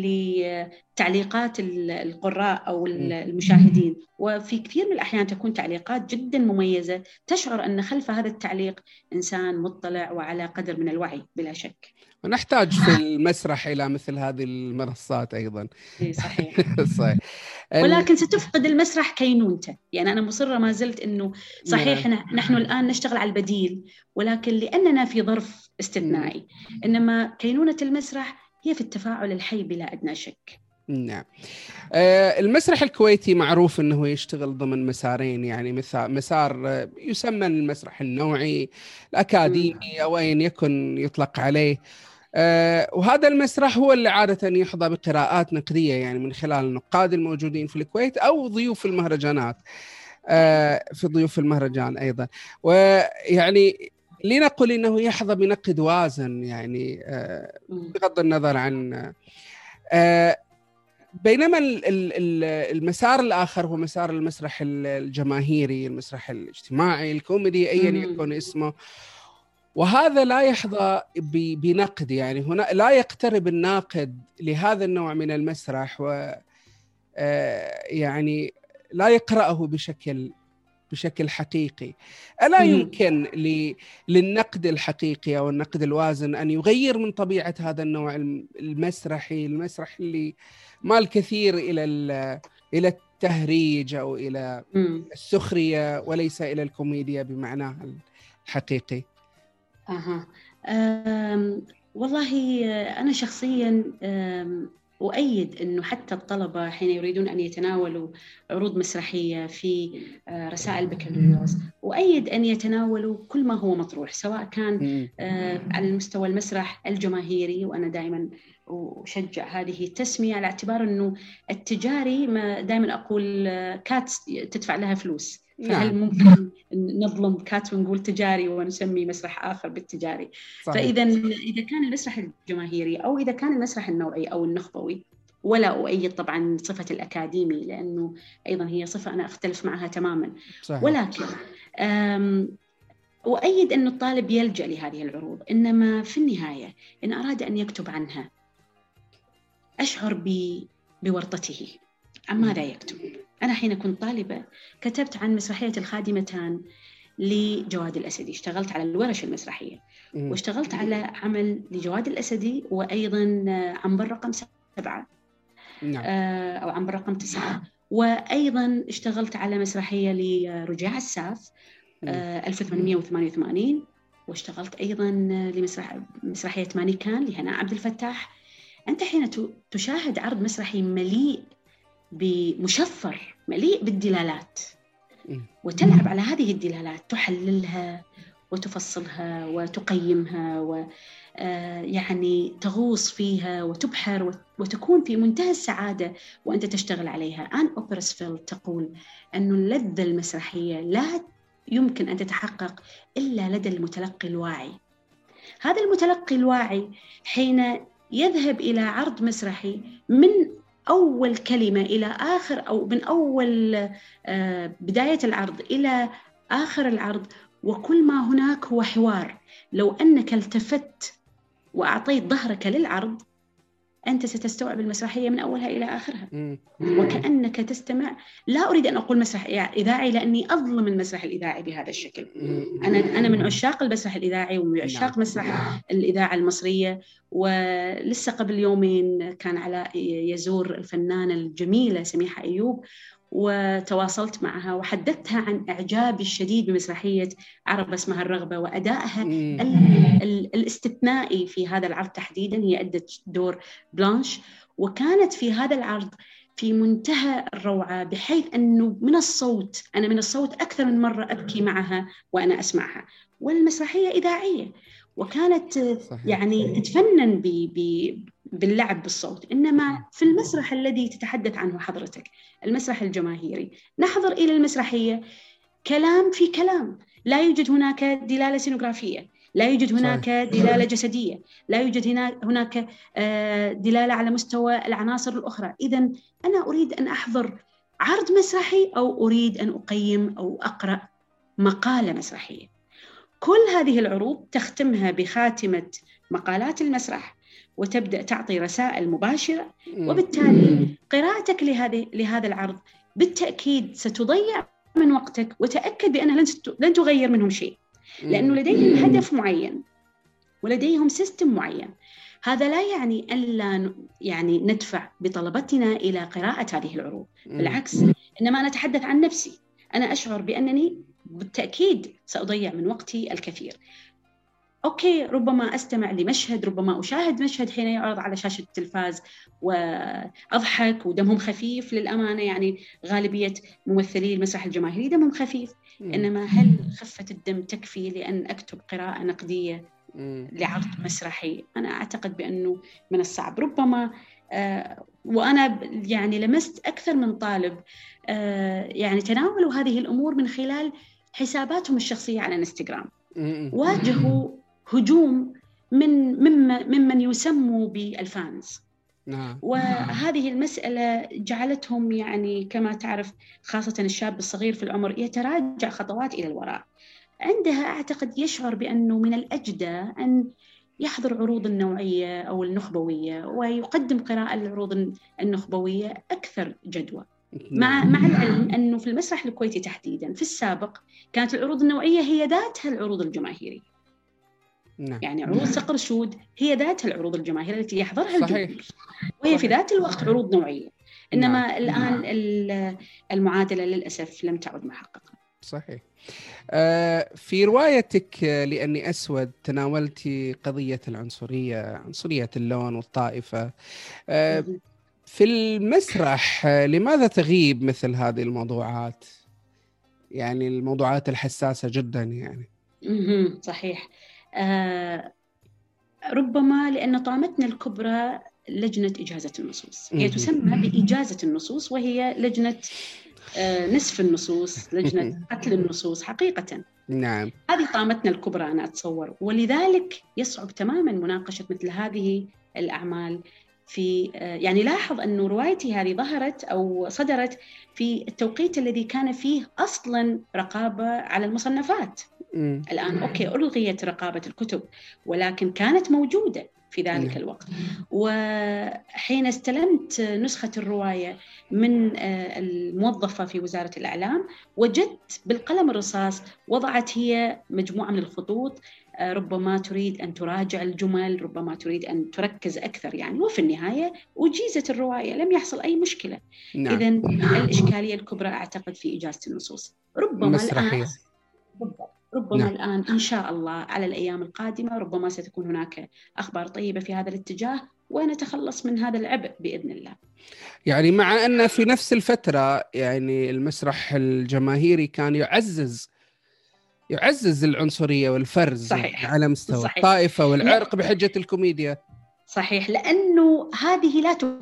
لتعليقات القراء أو المشاهدين. وفي كثير من الأحيان تكون تعليقات جدا مميزة، تشعر أن خلف هذا التعليق إنسان مطلع وعلى قدر من الوعي بلا شك. ونحتاج في المسرح إلى مثل هذه المنصات أيضا. صحيح. صحيح. ولكن ستفقد المسرح كينونته. يعني أنا مصرة ما زلت أنه صحيح نحن الآن نشتغل على البديل، ولكن لأننا في ظرف استثنائي، إنما كينونة المسرح هي في التفاعل الحي بلا أدنى شك. نعم. آه المسرح الكويتي معروف أنه يشتغل ضمن مسارين، يعني مسار يسمى المسرح النوعي الأكاديمي أو أين يكن يطلق عليه. آه وهذا المسرح هو اللي عادة يحظى بقراءات نقدية يعني من خلال النقاد الموجودين في الكويت أو ضيوف المهرجانات، آه في ضيوف المهرجان أيضا. ويعني لنقل إنه يحظى بنقد وازن يعني آه بغض النظر عن آه بينما المسار الآخر هو مسار المسرح الجماهيري، المسرح الاجتماعي الكوميدي أيا يكون اسمه، وهذا لا يحظى بنقد. يعني هنا لا يقترب الناقد لهذا النوع من المسرح و يعني لا يقرأه بشكل بشكل حقيقي. ألا يمكن للنقد الحقيقي أو النقد الوازن أن يغير من طبيعة هذا النوع المسرحي، المسرح اللي ما الكثير إلى إلى التهريج أو إلى السخرية وليس إلى الكوميديا بمعناها الحقيقي؟ أها والله أنا شخصياً أؤيد أنه حتى الطلبة حين يريدون أن يتناولوا عروض مسرحية في رسائل بكالوريوس، أؤيد أن يتناولوا كل ما هو مطروح، سواء كان على المستوى المسرح الجماهيري، وأنا دائما أشجع هذه التسمية على اعتبار أنه التجاري ما دائما أقول كات تدفع لها فلوس، فهل ممكن نظلم كات ونقول تجاري ونسمي مسرح آخر بالتجاري؟ صحيح. فإذا إذا كان المسرح الجماهيري أو إذا كان المسرح النوعي أو النخبوي، ولا أؤيد طبعا صفة الأكاديمي لأنه أيضا هي صفة أنا أختلف معها تماما. صحيح. ولكن أؤيد أن الطالب يلجأ لهذه العروض، إنما في النهاية إن أراد أن يكتب عنها أشعر بورطته عن ماذا يكتب. أنا حين كنت طالبة كتبت عن مسرحية الخادمتان لجواد الأسدي، اشتغلت على الورش المسرحية م. واشتغلت على عمل لجواد الأسدي، وأيضا عنبر رقم سبعة نعم. أو عنبر رقم تسعة، وأيضا اشتغلت على مسرحية لرجاع الساف ألف وثمانمائة وثمانية وثمانين، واشتغلت أيضا لمسرح مسرحية مانيكان لهناء عبد الفتاح. أنت حين تشاهد عرض مسرحي مليء بمشفر، مليء بالدلالات، وتلعب على هذه الدلالات، تحللها وتفصلها وتقيمها ويعني تغوص فيها وتبحر وتكون في منتهى السعادة وأنت تشتغل عليها. آن أوبرسفيلد تقول أن اللذة المسرحية لا يمكن أن تتحقق إلا لدى المتلقي الواعي. هذا المتلقي الواعي حين يذهب إلى عرض مسرحي من أول كلمة إلى آخر، أو من أول بداية العرض إلى آخر العرض، وكل ما هناك هو حوار، لو أنك التفت وأعطيت ظهرك للعرض أنت ستستوعب المسرحية من أولها إلى آخرها وكأنك تستمع. لا أريد أن أقول مسرح إذاعي لأني أظلم المسرح الإذاعي بهذا الشكل. أنا أنا من عشاق المسرح الإذاعي ومن عشاق مسرح الإذاعة المصرية. ولسه قبل يومين كان علاء يزور الفنانة الجميلة سميحة أيوب، وتواصلت معها وحدثتها عن إعجابي الشديد بمسرحية عرب اسمها الرغبة وأدائها الاستثنائي في هذا العرض تحديدا. هي أدت دور بلانش، وكانت في هذا العرض في منتهى الروعة، بحيث أنه من الصوت أنا من الصوت أكثر من مرة أبكي معها وأنا أسمعها. والمسرحية إذاعية وكانت صحيح. يعني تتفنن ب ب باللعب بالصوت. إنما في المسرح الذي تتحدث عنه حضرتك، المسرح الجماهيري، نحضر إلى المسرحية كلام في كلام، لا يوجد هناك دلالة سينوغرافية، لا يوجد هناك دلالة جسدية، لا يوجد هناك دلالة على مستوى العناصر الأخرى. إذن أنا أريد أن أحضر عرض مسرحي أو أريد أن أقيم أو أقرأ مقالة مسرحية. كل هذه العروض تختمها بخاتمة مقالات المسرح وتبدأ تعطي رسائل مباشرة، وبالتالي قراءتك لهذه لهذا العرض بالتأكيد ستضيع من وقتك، وتأكد بأنها لن تغير منهم شيء، لأنه لديهم هدف معين ولديهم سيستم معين. هذا لا يعني ألا يعني ندفع بطلبتنا إلى قراءة هذه العروض، بالعكس، إنما أنا أتحدث عن نفسي. أنا أشعر بأنني بالتأكيد سأضيع من وقتي الكثير. أوكي، ربما أستمع لمشهد، ربما أشاهد مشهد حين يعرض على شاشة التلفاز وأضحك ودمهم خفيف للأمانة، يعني غالبية ممثلي المسرح الجماهيري دمهم خفيف. م. إنما هل خفة الدم تكفي لأن أكتب قراءة نقدية م. لعرض مسرحي؟ أنا أعتقد بأنه من الصعب. ربما آه وأنا يعني لمست أكثر من طالب آه يعني تناولوا هذه الأمور من خلال حساباتهم الشخصية على انستغرام، واجهوا هجوم من ممن ممن يسموا بالفانز. نعم. وهذه المسألة جعلتهم يعني كما تعرف خاصة الشاب الصغير في العمر يتراجع خطوات إلى الوراء. عندها أعتقد يشعر بأنه من الأجدى أن يحضر عروض النوعية أو النخبوية ويقدم قراءة العروض النخبوية أكثر جدوى. مع مع العلم أنه في المسرح الكويتي تحديداً في السابق كانت العروض النوعية هي ذاتها العروض الجماهيرية. نعم. يعني عروض صقر الشهود هي ذاتها العروض الجماهيرية التي يحضرها الجمهور، وهي في ذات الوقت عروض نوعية. إنما نعم. الآن نعم. المعادلة للأسف لم تعد محققة. صحيح. آه في روايتك لأني أسود تناولتي قضية العنصرية، عنصرية اللون والطائفة. آه في المسرح لماذا تغيب مثل هذه الموضوعات؟ يعني الموضوعات الحساسة جدا يعني. صحيح. آه ربما لأن طامتنا الكبرى لجنة إجازة النصوص، هي تسمى بإجازة النصوص، وهي لجنة آه نصف النصوص، لجنة قتل النصوص حقيقة. نعم. هذه طامتنا الكبرى أنا أتصور، ولذلك يصعب تماما مناقشة مثل هذه الأعمال. في يعني لاحظ أنه روايتي هذه ظهرت أو صدرت في التوقيت الذي كان فيه أصلاً رقابة على المصنفات. م. الآن أوكي ألغيت رقابة الكتب، ولكن كانت موجودة في ذلك م. الوقت. وحين استلمت نسخة الرواية من الموظفة في وزارة الإعلام وجدت بالقلم الرصاص وضعت هي مجموعة من الخطوط، ربما تريد أن تراجع الجمل، ربما تريد أن تركز أكثر يعني. وفي النهاية أجيزت الرواية، لم يحصل أي مشكلة. نعم. إذن الإشكالية الكبرى أعتقد في إجازة النصوص. ربما الآن ربما نعم. الآن إن شاء الله على الأيام القادمة ربما ستكون هناك أخبار طيبة في هذا الاتجاه ونتخلص من هذا العبء بإذن الله. يعني مع أن في نفس الفترة يعني المسرح الجماهيري كان يعزز يعزز العنصرية والفرز صحيح. على مستوى صحيح. الطائفة والعرق بحجة الكوميديا. صحيح، لأنه هذه لا تكتب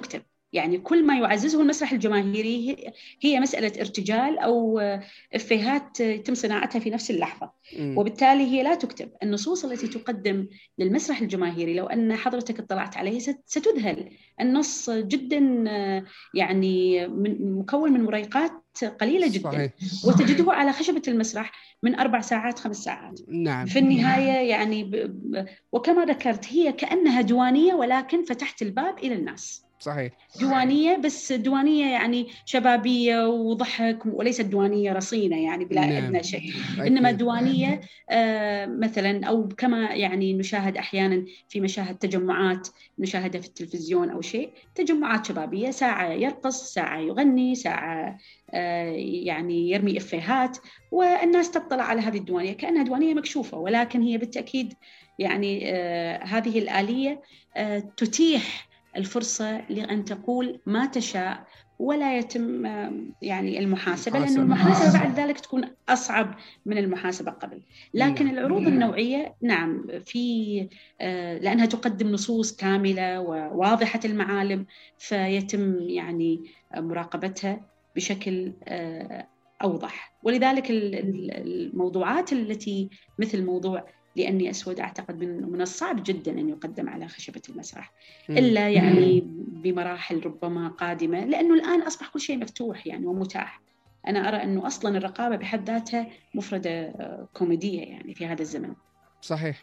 يعني كل ما يعززه المسرح الجماهيري هي مسألة ارتجال أو إفيهات يتم صناعتها في نفس اللحظة، وبالتالي هي لا تكتب. النصوص التي تقدم للمسرح الجماهيري لو أن حضرتك اطلعت عليه ستذهل. النص جدا يعني مكون من مريقات قليلة جدا. صحيح. وتجده على خشبة المسرح من أربع ساعات خمس ساعات. نعم. في النهاية يعني ب... ب... وكما ذكرت هي كأنها ديوانية، ولكن فتحت الباب إلى الناس. صحيح. ديوانية، بس ديوانية يعني شبابية وضحك، وليست ديوانية رصينة يعني بلا نعم. أدنى شيء. إنما ديوانية آه مثلا، أو كما يعني نشاهد أحيانا في مشاهد تجمعات نشاهدها في التلفزيون أو شيء، تجمعات شبابية، ساعة يرقص، ساعة يغني، ساعة آه يعني يرمي إفيهات، والناس تطلع على هذه الديوانية كأنها ديوانية مكشوفة. ولكن هي بالتأكيد يعني آه هذه الآلية آه تتيح الفرصة لأن تقول ما تشاء، ولا يتم يعني المحاسبة، لأن المحاسبة بعد ذلك تكون أصعب من المحاسبة قبل. لكن العروض النوعية نعم في لأنها تقدم نصوص كاملة وواضحة المعالم، فيتم يعني مراقبتها بشكل أوضح. ولذلك الموضوعات التي مثل موضوع لأني أسود أعتقد من من الصعب جدا أن يقدم على خشبة المسرح، إلا يعني بمراحل ربما قادمة، لأنه الآن أصبح كل شيء مفتوح يعني ومتاح. أنا أرى أنه أصلا الرقابة بحد ذاتها مفردة كوميدية يعني في هذا الزمن. صحيح.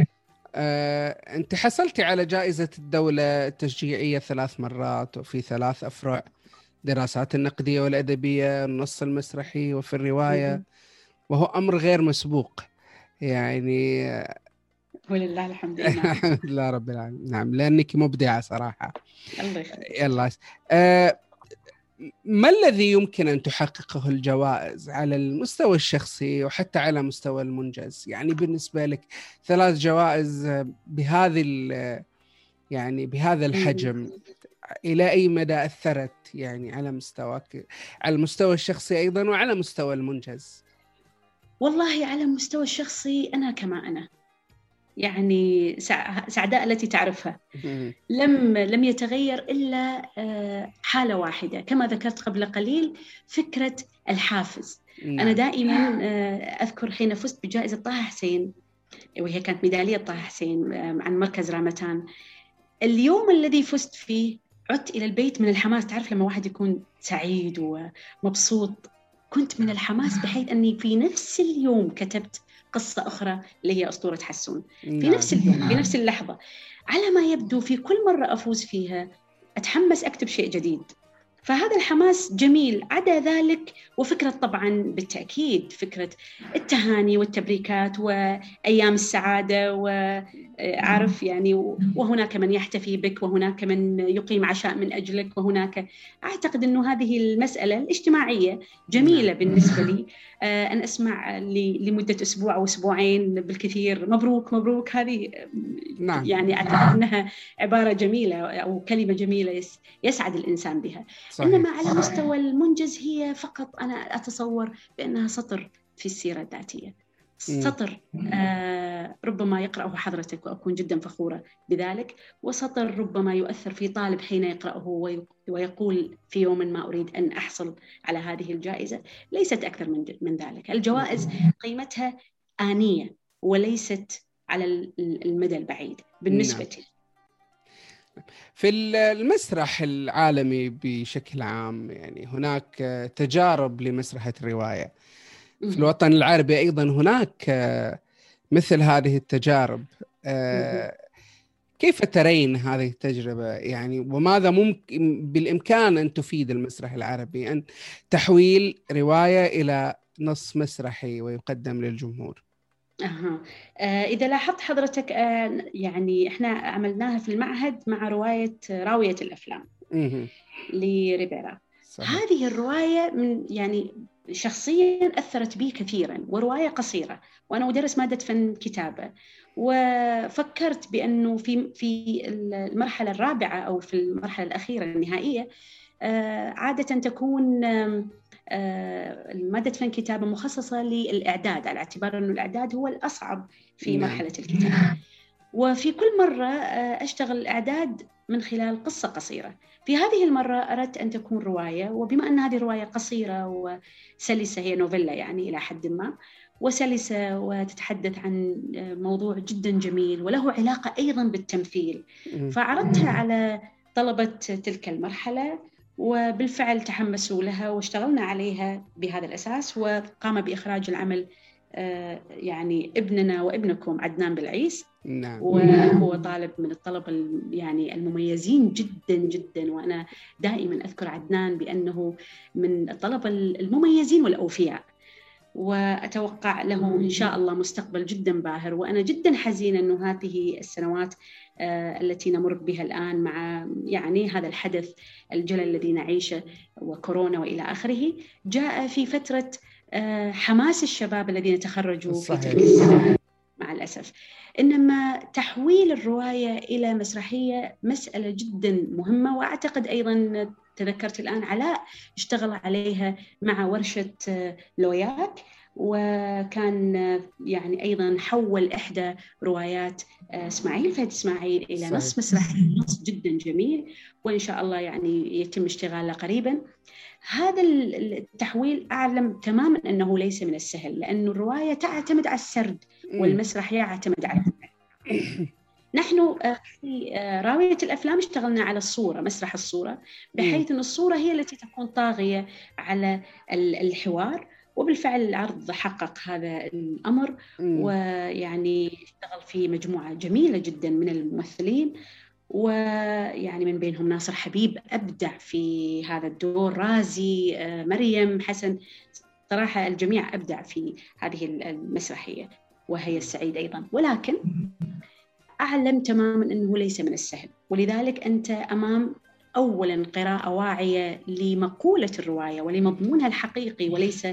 أه، أنت حصلتي على جائزة الدولة التشجيعية ثلاث مرات، وفي ثلاث أفرع: دراسات النقدية والأدبية، النص المسرحي، وفي الرواية، وهو أمر غير مسبوق يعني. ولله الحمد. الحمد لله رب العالمين. نعم، لأنك مبدعة صراحة. الله يخليك. يلا أه ما الذي يمكن أن تحققه الجوائز على المستوى الشخصي وحتى على مستوى المنجز؟ يعني بالنسبة لك ثلاث جوائز بهذه يعني بهذا الحجم، إلى أي مدى أثرت يعني على مستواك، على المستوى الشخصي أيضا وعلى مستوى المنجز؟ والله على المستوى الشخصي أنا كما أنا يعني سعداء التي تعرفها، لم لم يتغير إلا حالة واحدة كما ذكرت قبل قليل، فكرة الحافز. نعم. أنا دائما أذكر حين فزت بجائزة طه حسين، وهي كانت ميدالية طه حسين عن مركز رامتان، اليوم الذي فزت فيه عدت إلى البيت من الحماس. تعرف لما واحد يكون سعيد ومبسوط، كنت من الحماس بحيث أني في نفس اليوم كتبت قصة أخرى اللي هي أسطورة حسون. في نفس اليوم، في نفس اللحظة. على ما يبدو في كل مرة أفوز فيها أتحمس أكتب شيء جديد، فهذا الحماس جميل. عدا ذلك وفكرة طبعاً بالتأكيد فكرة التهاني والتبريكات وأيام السعادة، وعارف يعني وهناك من يحتفي بك، وهناك من يقيم عشاء من أجلك، وهناك أعتقد أنه هذه المسألة الاجتماعية جميلة بالنسبة لي. أن أسمع لمدة أسبوع أو أسبوعين بالكثير مبروك مبروك، هذه نعم. يعني أعتقد أنها عبارة جميلة أو كلمة جميلة يسعد الإنسان بها. صحيح. إنما على مستوى المنجز هي فقط أنا أتصور بأنها سطر في السيرة الذاتية، سطر آه ربما يقرأه حضرتك وأكون جدا فخورة بذلك، وسطر ربما يؤثر في طالب حين يقرأه ويقول في يوم ما أريد أن أحصل على هذه الجائزة. ليست أكثر من, من ذلك. الجوائز قيمتها آنية وليست على المدى البعيد بالنسبة لي. في المسرح العالمي بشكل عام يعني هناك تجارب لمسرحة الرواية. في الوطن العربي أيضا هناك مثل هذه التجارب. كيف ترين هذه التجربة يعني، وماذا ممكن بالإمكان أن تفيد المسرح العربي أن تحويل رواية إلى نص مسرحي ويقدم للجمهور؟ أها. آه إذا لاحظت حضرتك آه يعني إحنا عملناها في المعهد مع رواية راوية الأفلام لريبيرا. هذه الرواية من يعني شخصيا أثرت بي كثيرا، ورواية قصيرة، وأنا أدرس مادة فن كتابة، وفكرت بأنه في في المرحلة الرابعة أو في المرحلة الأخيرة النهائية آه عادة تكون آه مادة فن كتابة مخصصة للإعداد، على اعتبار أنه الإعداد هو الأصعب في مرحلة الكتابة. وفي كل مرة أشتغل الإعداد من خلال قصة قصيرة. في هذه المرة أردت أن تكون رواية، وبما أن هذه رواية قصيرة وسلسة، هي نوفيلا يعني إلى حد ما، وسلسة وتتحدث عن موضوع جدا جميل وله علاقة أيضا بالتمثيل، فعرضتها على طلبة تلك المرحلة، وبالفعل تحمسوا لها واشتغلنا عليها بهذا الأساس، وقام بإخراج العمل يعني ابننا وابنكم عدنان بالعيس. نعم. وهو طالب من الطلبة يعني المميزين جدا جدا، وأنا دائما أذكر عدنان بأنه من الطلبة المميزين والأوفياء، وأتوقع له إن شاء الله مستقبل جدا باهر. وأنا جدا حزينة أنه هذه السنوات التي نمر بها الآن مع يعني هذا الحدث الجلل الذي نعيشه وكورونا وإلى آخره، جاء في فترة حماس الشباب الذين تخرجوا صحيح. في تلك السنة مع الأسف. إنما تحويل الرواية إلى مسرحية مسألة جدا مهمة، وأعتقد أيضا تذكرت الآن علاء اشتغل عليها مع ورشة لوياك، وكان يعني أيضا حول إحدى روايات إسماعيل فهد إسماعيل إلى صحيح. نص مسرحي، نص جدا جميل، وإن شاء الله يعني يتم اشتغاله قريبا. هذا التحويل أعلم تماما أنه ليس من السهل، لأن الرواية تعتمد على السرد والمسرح يعتمد على نحن في راوية الأفلام اشتغلنا على الصورة، مسرح الصورة، بحيث أن الصورة هي التي تكون طاغية على الحوار، وبالفعل العرض حقق هذا الأمر. ويعني اشتغل في مجموعة جميلة جدا من الممثلين، ويعني من بينهم ناصر حبيب أبدع في هذا الدور، رازي، مريم حسن، صراحة الجميع أبدع في هذه المسرحية، وهي السعيد أيضا. ولكن أعلم تماما أنه ليس من السهل، ولذلك أنت أمام أولا قراءة واعية لمقولة الرواية ولمضمونها الحقيقي، وليس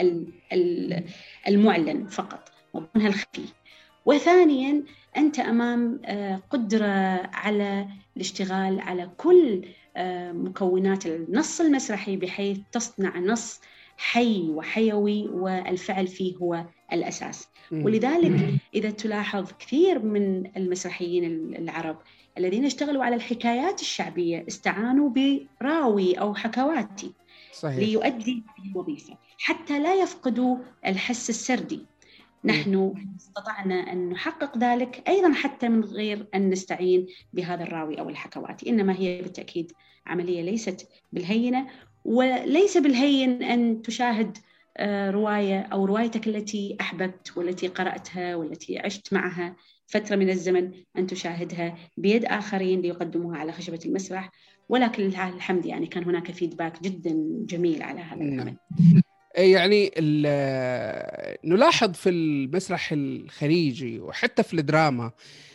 المعلن فقط، مضمونها الخفي. وثانيا أنت أمام قدرة على الاشتغال على كل مكونات النص المسرحي، بحيث تصنع نص حي وحيوي والفعل فيه هو الأساس. ولذلك إذا تلاحظ كثير من المسرحيين العرب الذين اشتغلوا على الحكايات الشعبية استعانوا براوي أو حكواتي صحيح. ليؤدي الوظيفة حتى لا يفقدوا الحس السردي. نحن استطعنا أن نحقق ذلك أيضا حتى من غير أن نستعين بهذا الراوي أو الحكواتي، إنما هي بالتأكيد عملية ليست بالهينة، وليس بالهين أن تشاهد رواية أو روايتك التي أحببت والتي قرأتها والتي عشت معها فترة من الزمن أن تشاهدها بيد آخرين ليقدموها على خشبة المسرح. ولكن الحمد يعني كان هناك فيدباك جدا جميل على هذا العمل. يعني نلاحظ في المسرح الخليجي وحتى في الدراما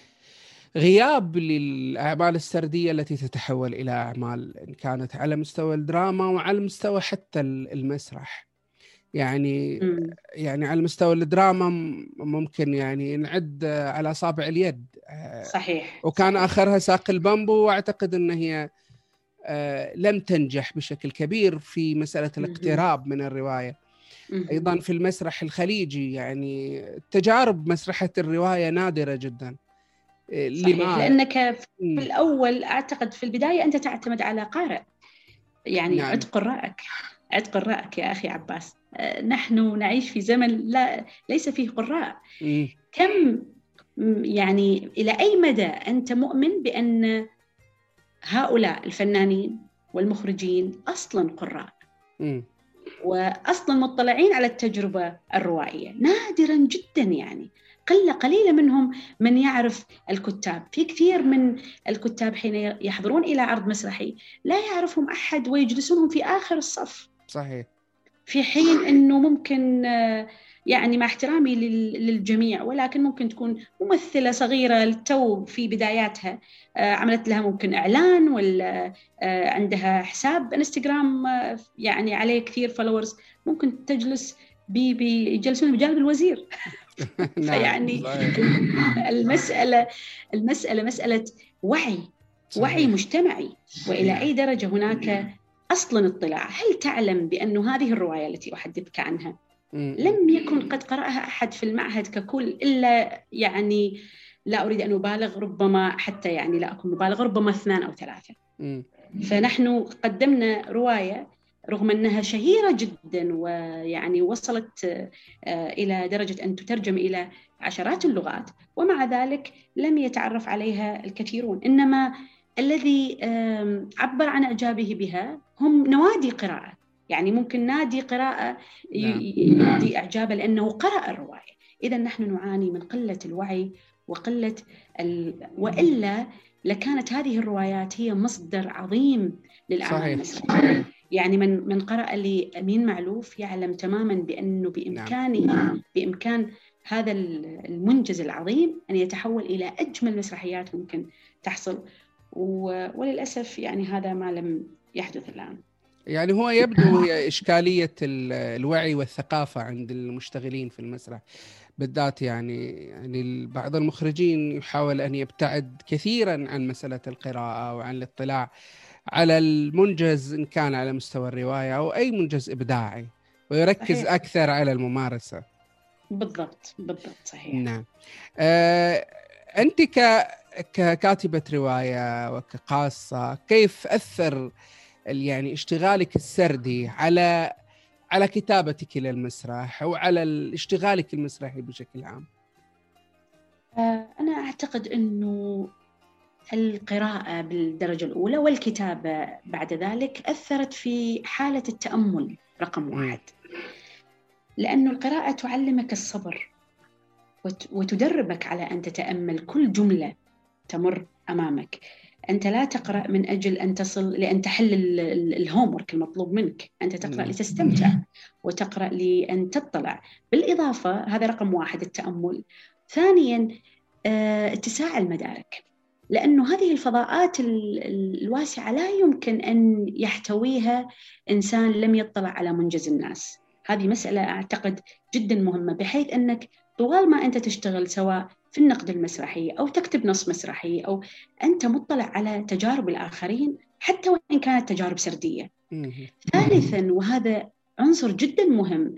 غياب للأعمال السردية التي تتحول إلى أعمال، إن كانت على مستوى الدراما وعلى مستوى حتى المسرح. يعني م. يعني على مستوى الدراما ممكن يعني نعد على أصابع اليد. صحيح. وكان صحيح. آخرها ساق البامبو، وأعتقد أن هي لم تنجح بشكل كبير في مسألة الاقتراب من الرواية. أيضا في المسرح الخليجي يعني تجارب مسرحة الرواية نادرة جدا. صحيح. لأنك في الأول أعتقد في البداية أنت تعتمد على قارئ، يعني نعم. عد قراءك عد قراءك يا أخي عباس. نحن نعيش في زمن لا ليس فيه قراء. م. كم يعني إلى أي مدى أنت مؤمن بأن هؤلاء الفنانين والمخرجين أصلاً قراء م. وأصلاً مطلعين على التجربة الروائية؟ نادراً جداً، يعني قلة قليلة منهم من يعرف الكتاب. في كثير من الكتاب حين يحضرون إلى عرض مسرحي لا يعرفهم أحد ويجلسونهم في آخر الصف. صحيح. في حين أنه ممكن يعني مع احترامي للجميع، ولكن ممكن تكون ممثلة صغيرة للتو في بداياتها، عملت لها ممكن إعلان ولا عندها حساب انستغرام يعني عليه كثير فولورز، ممكن تجلس بيجلسون بجانب الوزير. فيعني المسألة المسألة مسألة وعي وعي مجتمعي، وإلى أي درجة هناك أصلاً اطلاع. هل تعلم بأن هذه الرواية التي أحدثك عنها لم يكن قد قرأها أحد في المعهد ككل إلا يعني لا أريد أن أبالغ، ربما حتى يعني لا أكون مبالغ، ربما اثنان أو ثلاثة. م. فنحن قدمنا رواية رغم أنها شهيرة جدا ويعني وصلت إلى درجة أن تترجم إلى عشرات اللغات، ومع ذلك لم يتعرف عليها الكثيرون. إنما الذي عبر عن إعجابه بها هم نوادي قراءة، يعني ممكن نادي قراءة يبدي إعجابه لأنه قرأ الرواية. إذا نحن نعاني من قلة الوعي وقلة ال... وإلا لكانت هذه الروايات هي مصدر عظيم للأعمال المسرحية. يعني من من قرأ لأمين معلوف يعلم تماما بأنه بإمكانه نعم. بإمكان هذا المنجز العظيم أن يتحول إلى أجمل مسرحيات ممكن تحصل، وللأسف يعني هذا ما لم يحدث الآن. يعني هو يبدو هي إشكالية الوعي والثقافة عند المشتغلين في المسرح بالذات. يعني يعني بعض المخرجين يحاول أن يبتعد كثيرا عن مسألة القراءة وعن الاطلاع على المنجز إن كان على مستوى الرواية أو أي منجز إبداعي، ويركز صحيح. أكثر على الممارسة. بالضبط بالضبط صحيح. نعم. آه، أنت ك ككاتبة رواية وكقاصة، كيف أثر يعني اشتغالك السردي على على كتابتك للمسرح أو على اشتغالك المسرحي بشكل عام؟ أنا أعتقد أنه القراءة بالدرجة الأولى والكتابة بعد ذلك أثرت في حالة التأمل رقم واحد، لأن القراءة تعلمك الصبر وتدربك على أن تتأمل كل جملة تمر أمامك. أنت لا تقرأ من أجل أن تصل لأن تحل الهومورك المطلوب منك، أنت تقرأ لتستمتع وتقرأ لأن تطلع. بالإضافة هذا رقم واحد التأمل. ثانياً اتساع المدارك، لأنه هذه الفضاءات الواسعة لا يمكن أن يحتويها إنسان لم يطلع على منجز الناس. هذه مسألة أعتقد جدا مهمة، بحيث أنك طوال ما أنت تشتغل سواء في النقد المسرحي أو تكتب نص مسرحي أو أنت مطلع على تجارب الآخرين حتى وإن كانت تجارب سردية. ثالثاً وهذا عنصر جدا مهم،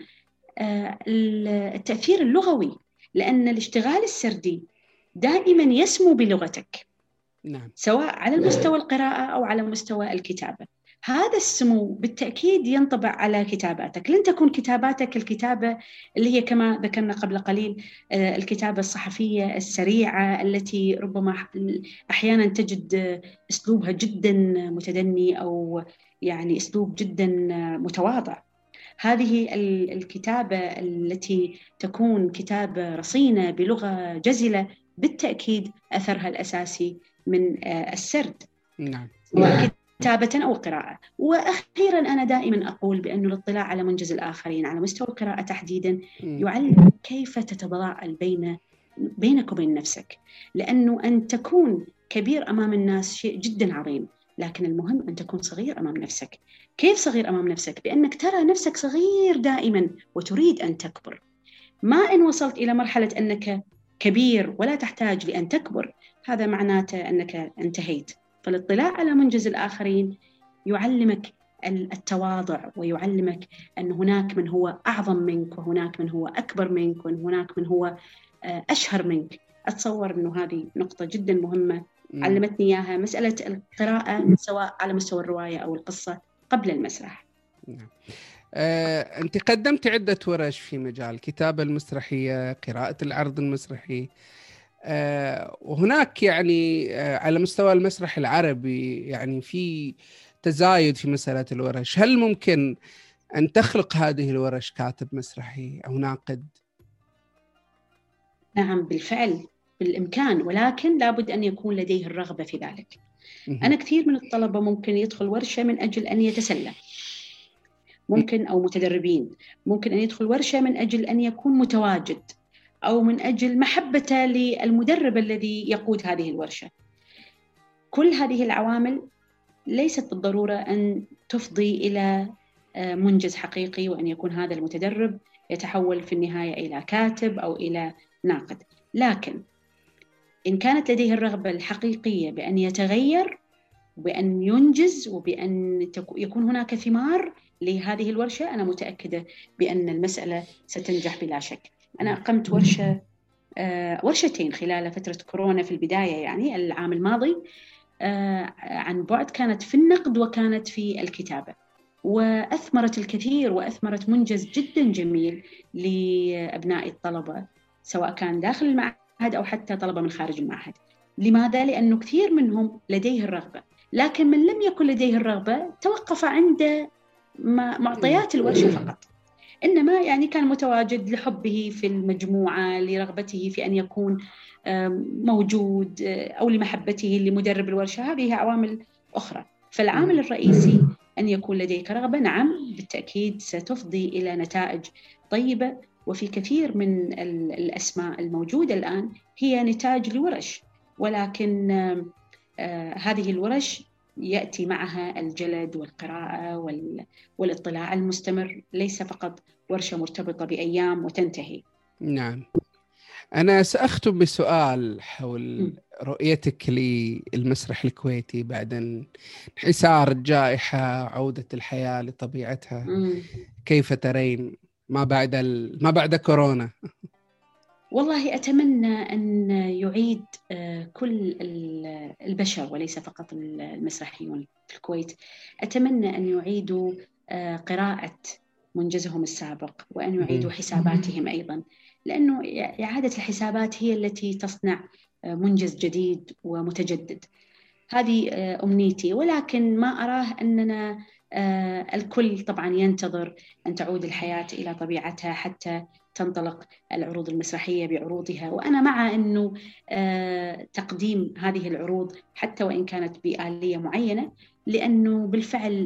التأثير اللغوي، لأن الاشتغال السردي دائما يسمو بلغتك. نعم. سواء على المستوى القراءة أو على مستوى الكتابة. هذا السمو بالتأكيد ينطبع على كتاباتك. لن تكون كتاباتك الكتابة اللي هي كما ذكرنا قبل قليل الكتابة الصحفية السريعة التي ربما أحيانا تجد أسلوبها جدا متدني أو يعني أسلوب جدا متواضع. هذه الكتابة التي تكون كتابة رصينة بلغة جزلة بالتأكيد أثرها الأساسي من السرد. نعم. كتابة أو قراءة. وأخيرا أنا دائما أقول بأن الاطلاع على منجز الآخرين على مستوى القراءة تحديدا يعلم كيف تتضاءل بين بينك وبين نفسك، لأنه أن تكون كبير أمام الناس شيء جدا عظيم، لكن المهم أن تكون صغير أمام نفسك. كيف صغير أمام نفسك؟ بأنك ترى نفسك صغير دائما وتريد أن تكبر. ما إن وصلت إلى مرحلة أنك كبير ولا تحتاج لأن تكبر، هذا معناته أنك انتهيت. فالاطلاع على منجز الآخرين يعلمك التواضع ويعلمك أن هناك من هو أعظم منك وهناك من هو أكبر منك وهناك من هو أشهر منك. أتصور أنه هذه نقطة جدا مهمة علمتني إياها مسألة القراءة سواء على مستوى الرواية أو القصة قبل المسرح. نعم. آه، أنت قدمت عدة ورش في مجال الكتابة المسرحية، قراءة العرض المسرحي، آه، وهناك يعني آه، على مستوى المسرح العربي يعني في تزايد في مسألة الورش. هل ممكن أن تخلق هذه الورش كاتب مسرحي أو ناقد؟ نعم بالفعل بالإمكان، ولكن لابد أن يكون لديه الرغبة في ذلك. أنا كثير من الطلبة ممكن يدخل ورشة من أجل أن يتسلى، ممكن أو متدربين ممكن أن يدخل ورشة من أجل أن يكون متواجد أو من أجل محبته للمدرب الذي يقود هذه الورشة. كل هذه العوامل ليست بالضرورة أن تفضي إلى منجز حقيقي وأن يكون هذا المتدرب يتحول في النهاية إلى كاتب أو إلى ناقد. لكن إن كانت لديه الرغبة الحقيقية بأن يتغير وبأن ينجز وبأن يكون هناك ثمار لهذه الورشة، أنا متأكدة بأن المسألة ستنجح بلا شك. أنا أقمت ورشة ورشتين خلال فترة كورونا في البداية، يعني العام الماضي، عن بعد، كانت في النقد وكانت في الكتابة، وأثمرت الكثير وأثمرت منجز جدا جميل لأبناء الطلبة سواء كان داخل المعهد أو حتى طلبة من خارج المعهد. لماذا؟ لأنه كثير منهم لديه الرغبة، لكن من لم يكن لديه الرغبة توقف عند معطيات الورشة فقط، إنما يعني كان متواجد لحبه في المجموعة، لرغبته في أن يكون موجود، أو لمحبته لمدرب الورشة. هذه عوامل أخرى. فالعامل الرئيسي أن يكون لديك رغبة، نعم بالتأكيد ستفضي إلى نتائج طيبة، وفي كثير من الأسماء الموجودة الآن هي نتاج لورش، ولكن آه هذه الورش يأتي معها الجلد والقراءة والاطلاع المستمر، ليس فقط ورشة مرتبطة بأيام وتنتهي. نعم. أنا سأختم بسؤال حول رؤيتك للمسرح الكويتي بعد انحسار الجائحة وعودة الحياة لطبيعتها. مم. كيف ترين ما بعد ال... ما بعد كورونا؟ والله أتمنى أن يعيد كل البشر وليس فقط المسرحيون في الكويت، أتمنى أن يعيدوا قراءة منجزهم السابق، وأن يعيدوا حساباتهم أيضا، لأنه إعادة الحسابات هي التي تصنع منجز جديد ومتجدد. هذه أمنيتي، ولكن ما أراه أننا الكل طبعا ينتظر أن تعود الحياة إلى طبيعتها حتى تنطلق العروض المسرحية بعروضها. وأنا مع أنه تقديم هذه العروض حتى وإن كانت بآلية معينة، لأنه بالفعل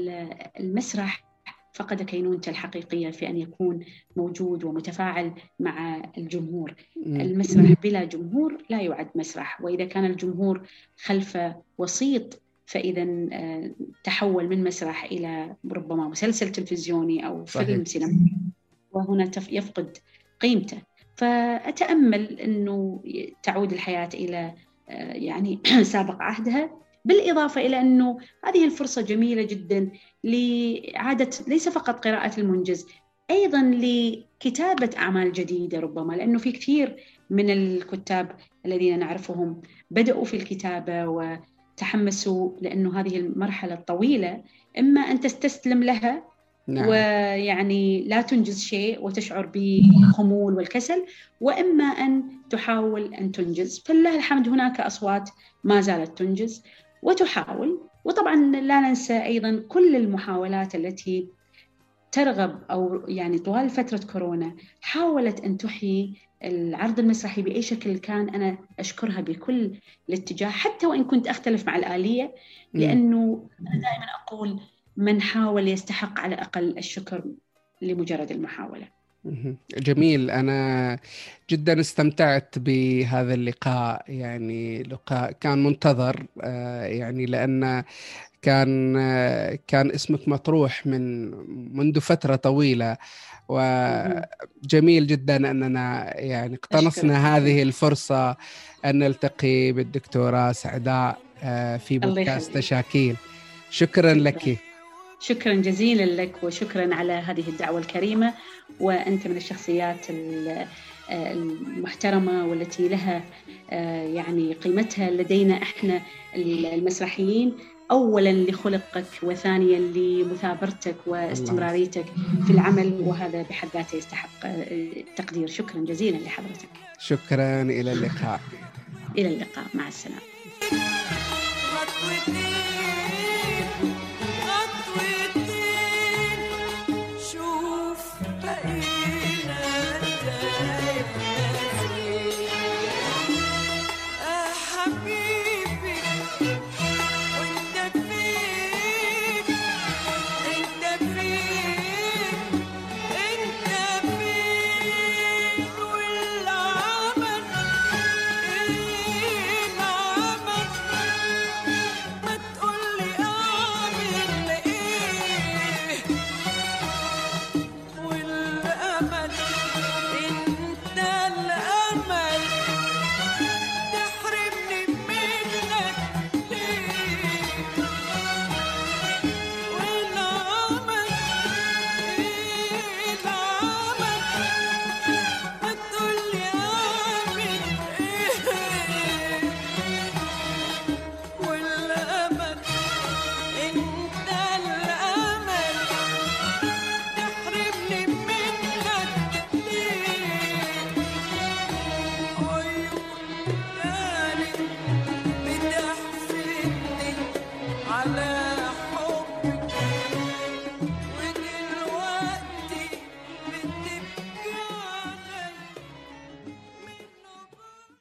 المسرح فقد كينونته الحقيقية في أن يكون موجود ومتفاعل مع الجمهور. المسرح بلا جمهور لا يعد مسرح، وإذا كان الجمهور خلف وسيط فإذا تحول من مسرح إلى ربما مسلسل تلفزيوني أو فيلم سينمائي، وهنا يفقد قيمته. فأتأمل أنه تعود الحياة إلى يعني سابق عهدها، بالإضافة إلى أنه هذه الفرصة جميلة جدا لإعادة ليس فقط قراءة المنجز، أيضا لكتابة أعمال جديدة ربما، لأنه في كثير من الكتاب الذين نعرفهم بدأوا في الكتابة وتحمسوا، لأنه هذه المرحلة الطويلة إما أن تستسلم لها نعم. ويعني لا تنجز شيء وتشعر بالخمول والكسل، وإما أن تحاول أن تنجز. فلله الحمد هناك أصوات ما زالت تنجز وتحاول. وطبعا لا ننسى أيضا كل المحاولات التي ترغب أو يعني طوال فترة كورونا حاولت أن تحيي العرض المسرحي بأي شكل كان. أنا أشكرها بكل الاتجاه، حتى وإن كنت أختلف مع الآلية، لأنه أنا دائما أقول من حاول يستحق على أقل الشكر لمجرد المحاولة. جميل. أنا جدا استمتعت بهذا اللقاء، يعني لقاء كان منتظر، يعني لأن كان كان اسمك مطروح من منذ فترة طويلة، وجميل جدا أننا يعني اقتنصنا هذه الفرصة أن نلتقي بالدكتورة سعداء في بودكاست تشاكيل. شكرا لك. شكرا جزيلا لك، وشكرا على هذه الدعوة الكريمة، وأنت من الشخصيات المحترمة والتي لها يعني قيمتها لدينا إحنا المسرحيين، أولا لخلقك، وثانيا لمثابرتك واستمراريتك في العمل، وهذا بحد ذاته يستحق التقدير. شكرا جزيلا لحضرتك. شكرا. إلى اللقاء. إلى اللقاء، مع السلامة.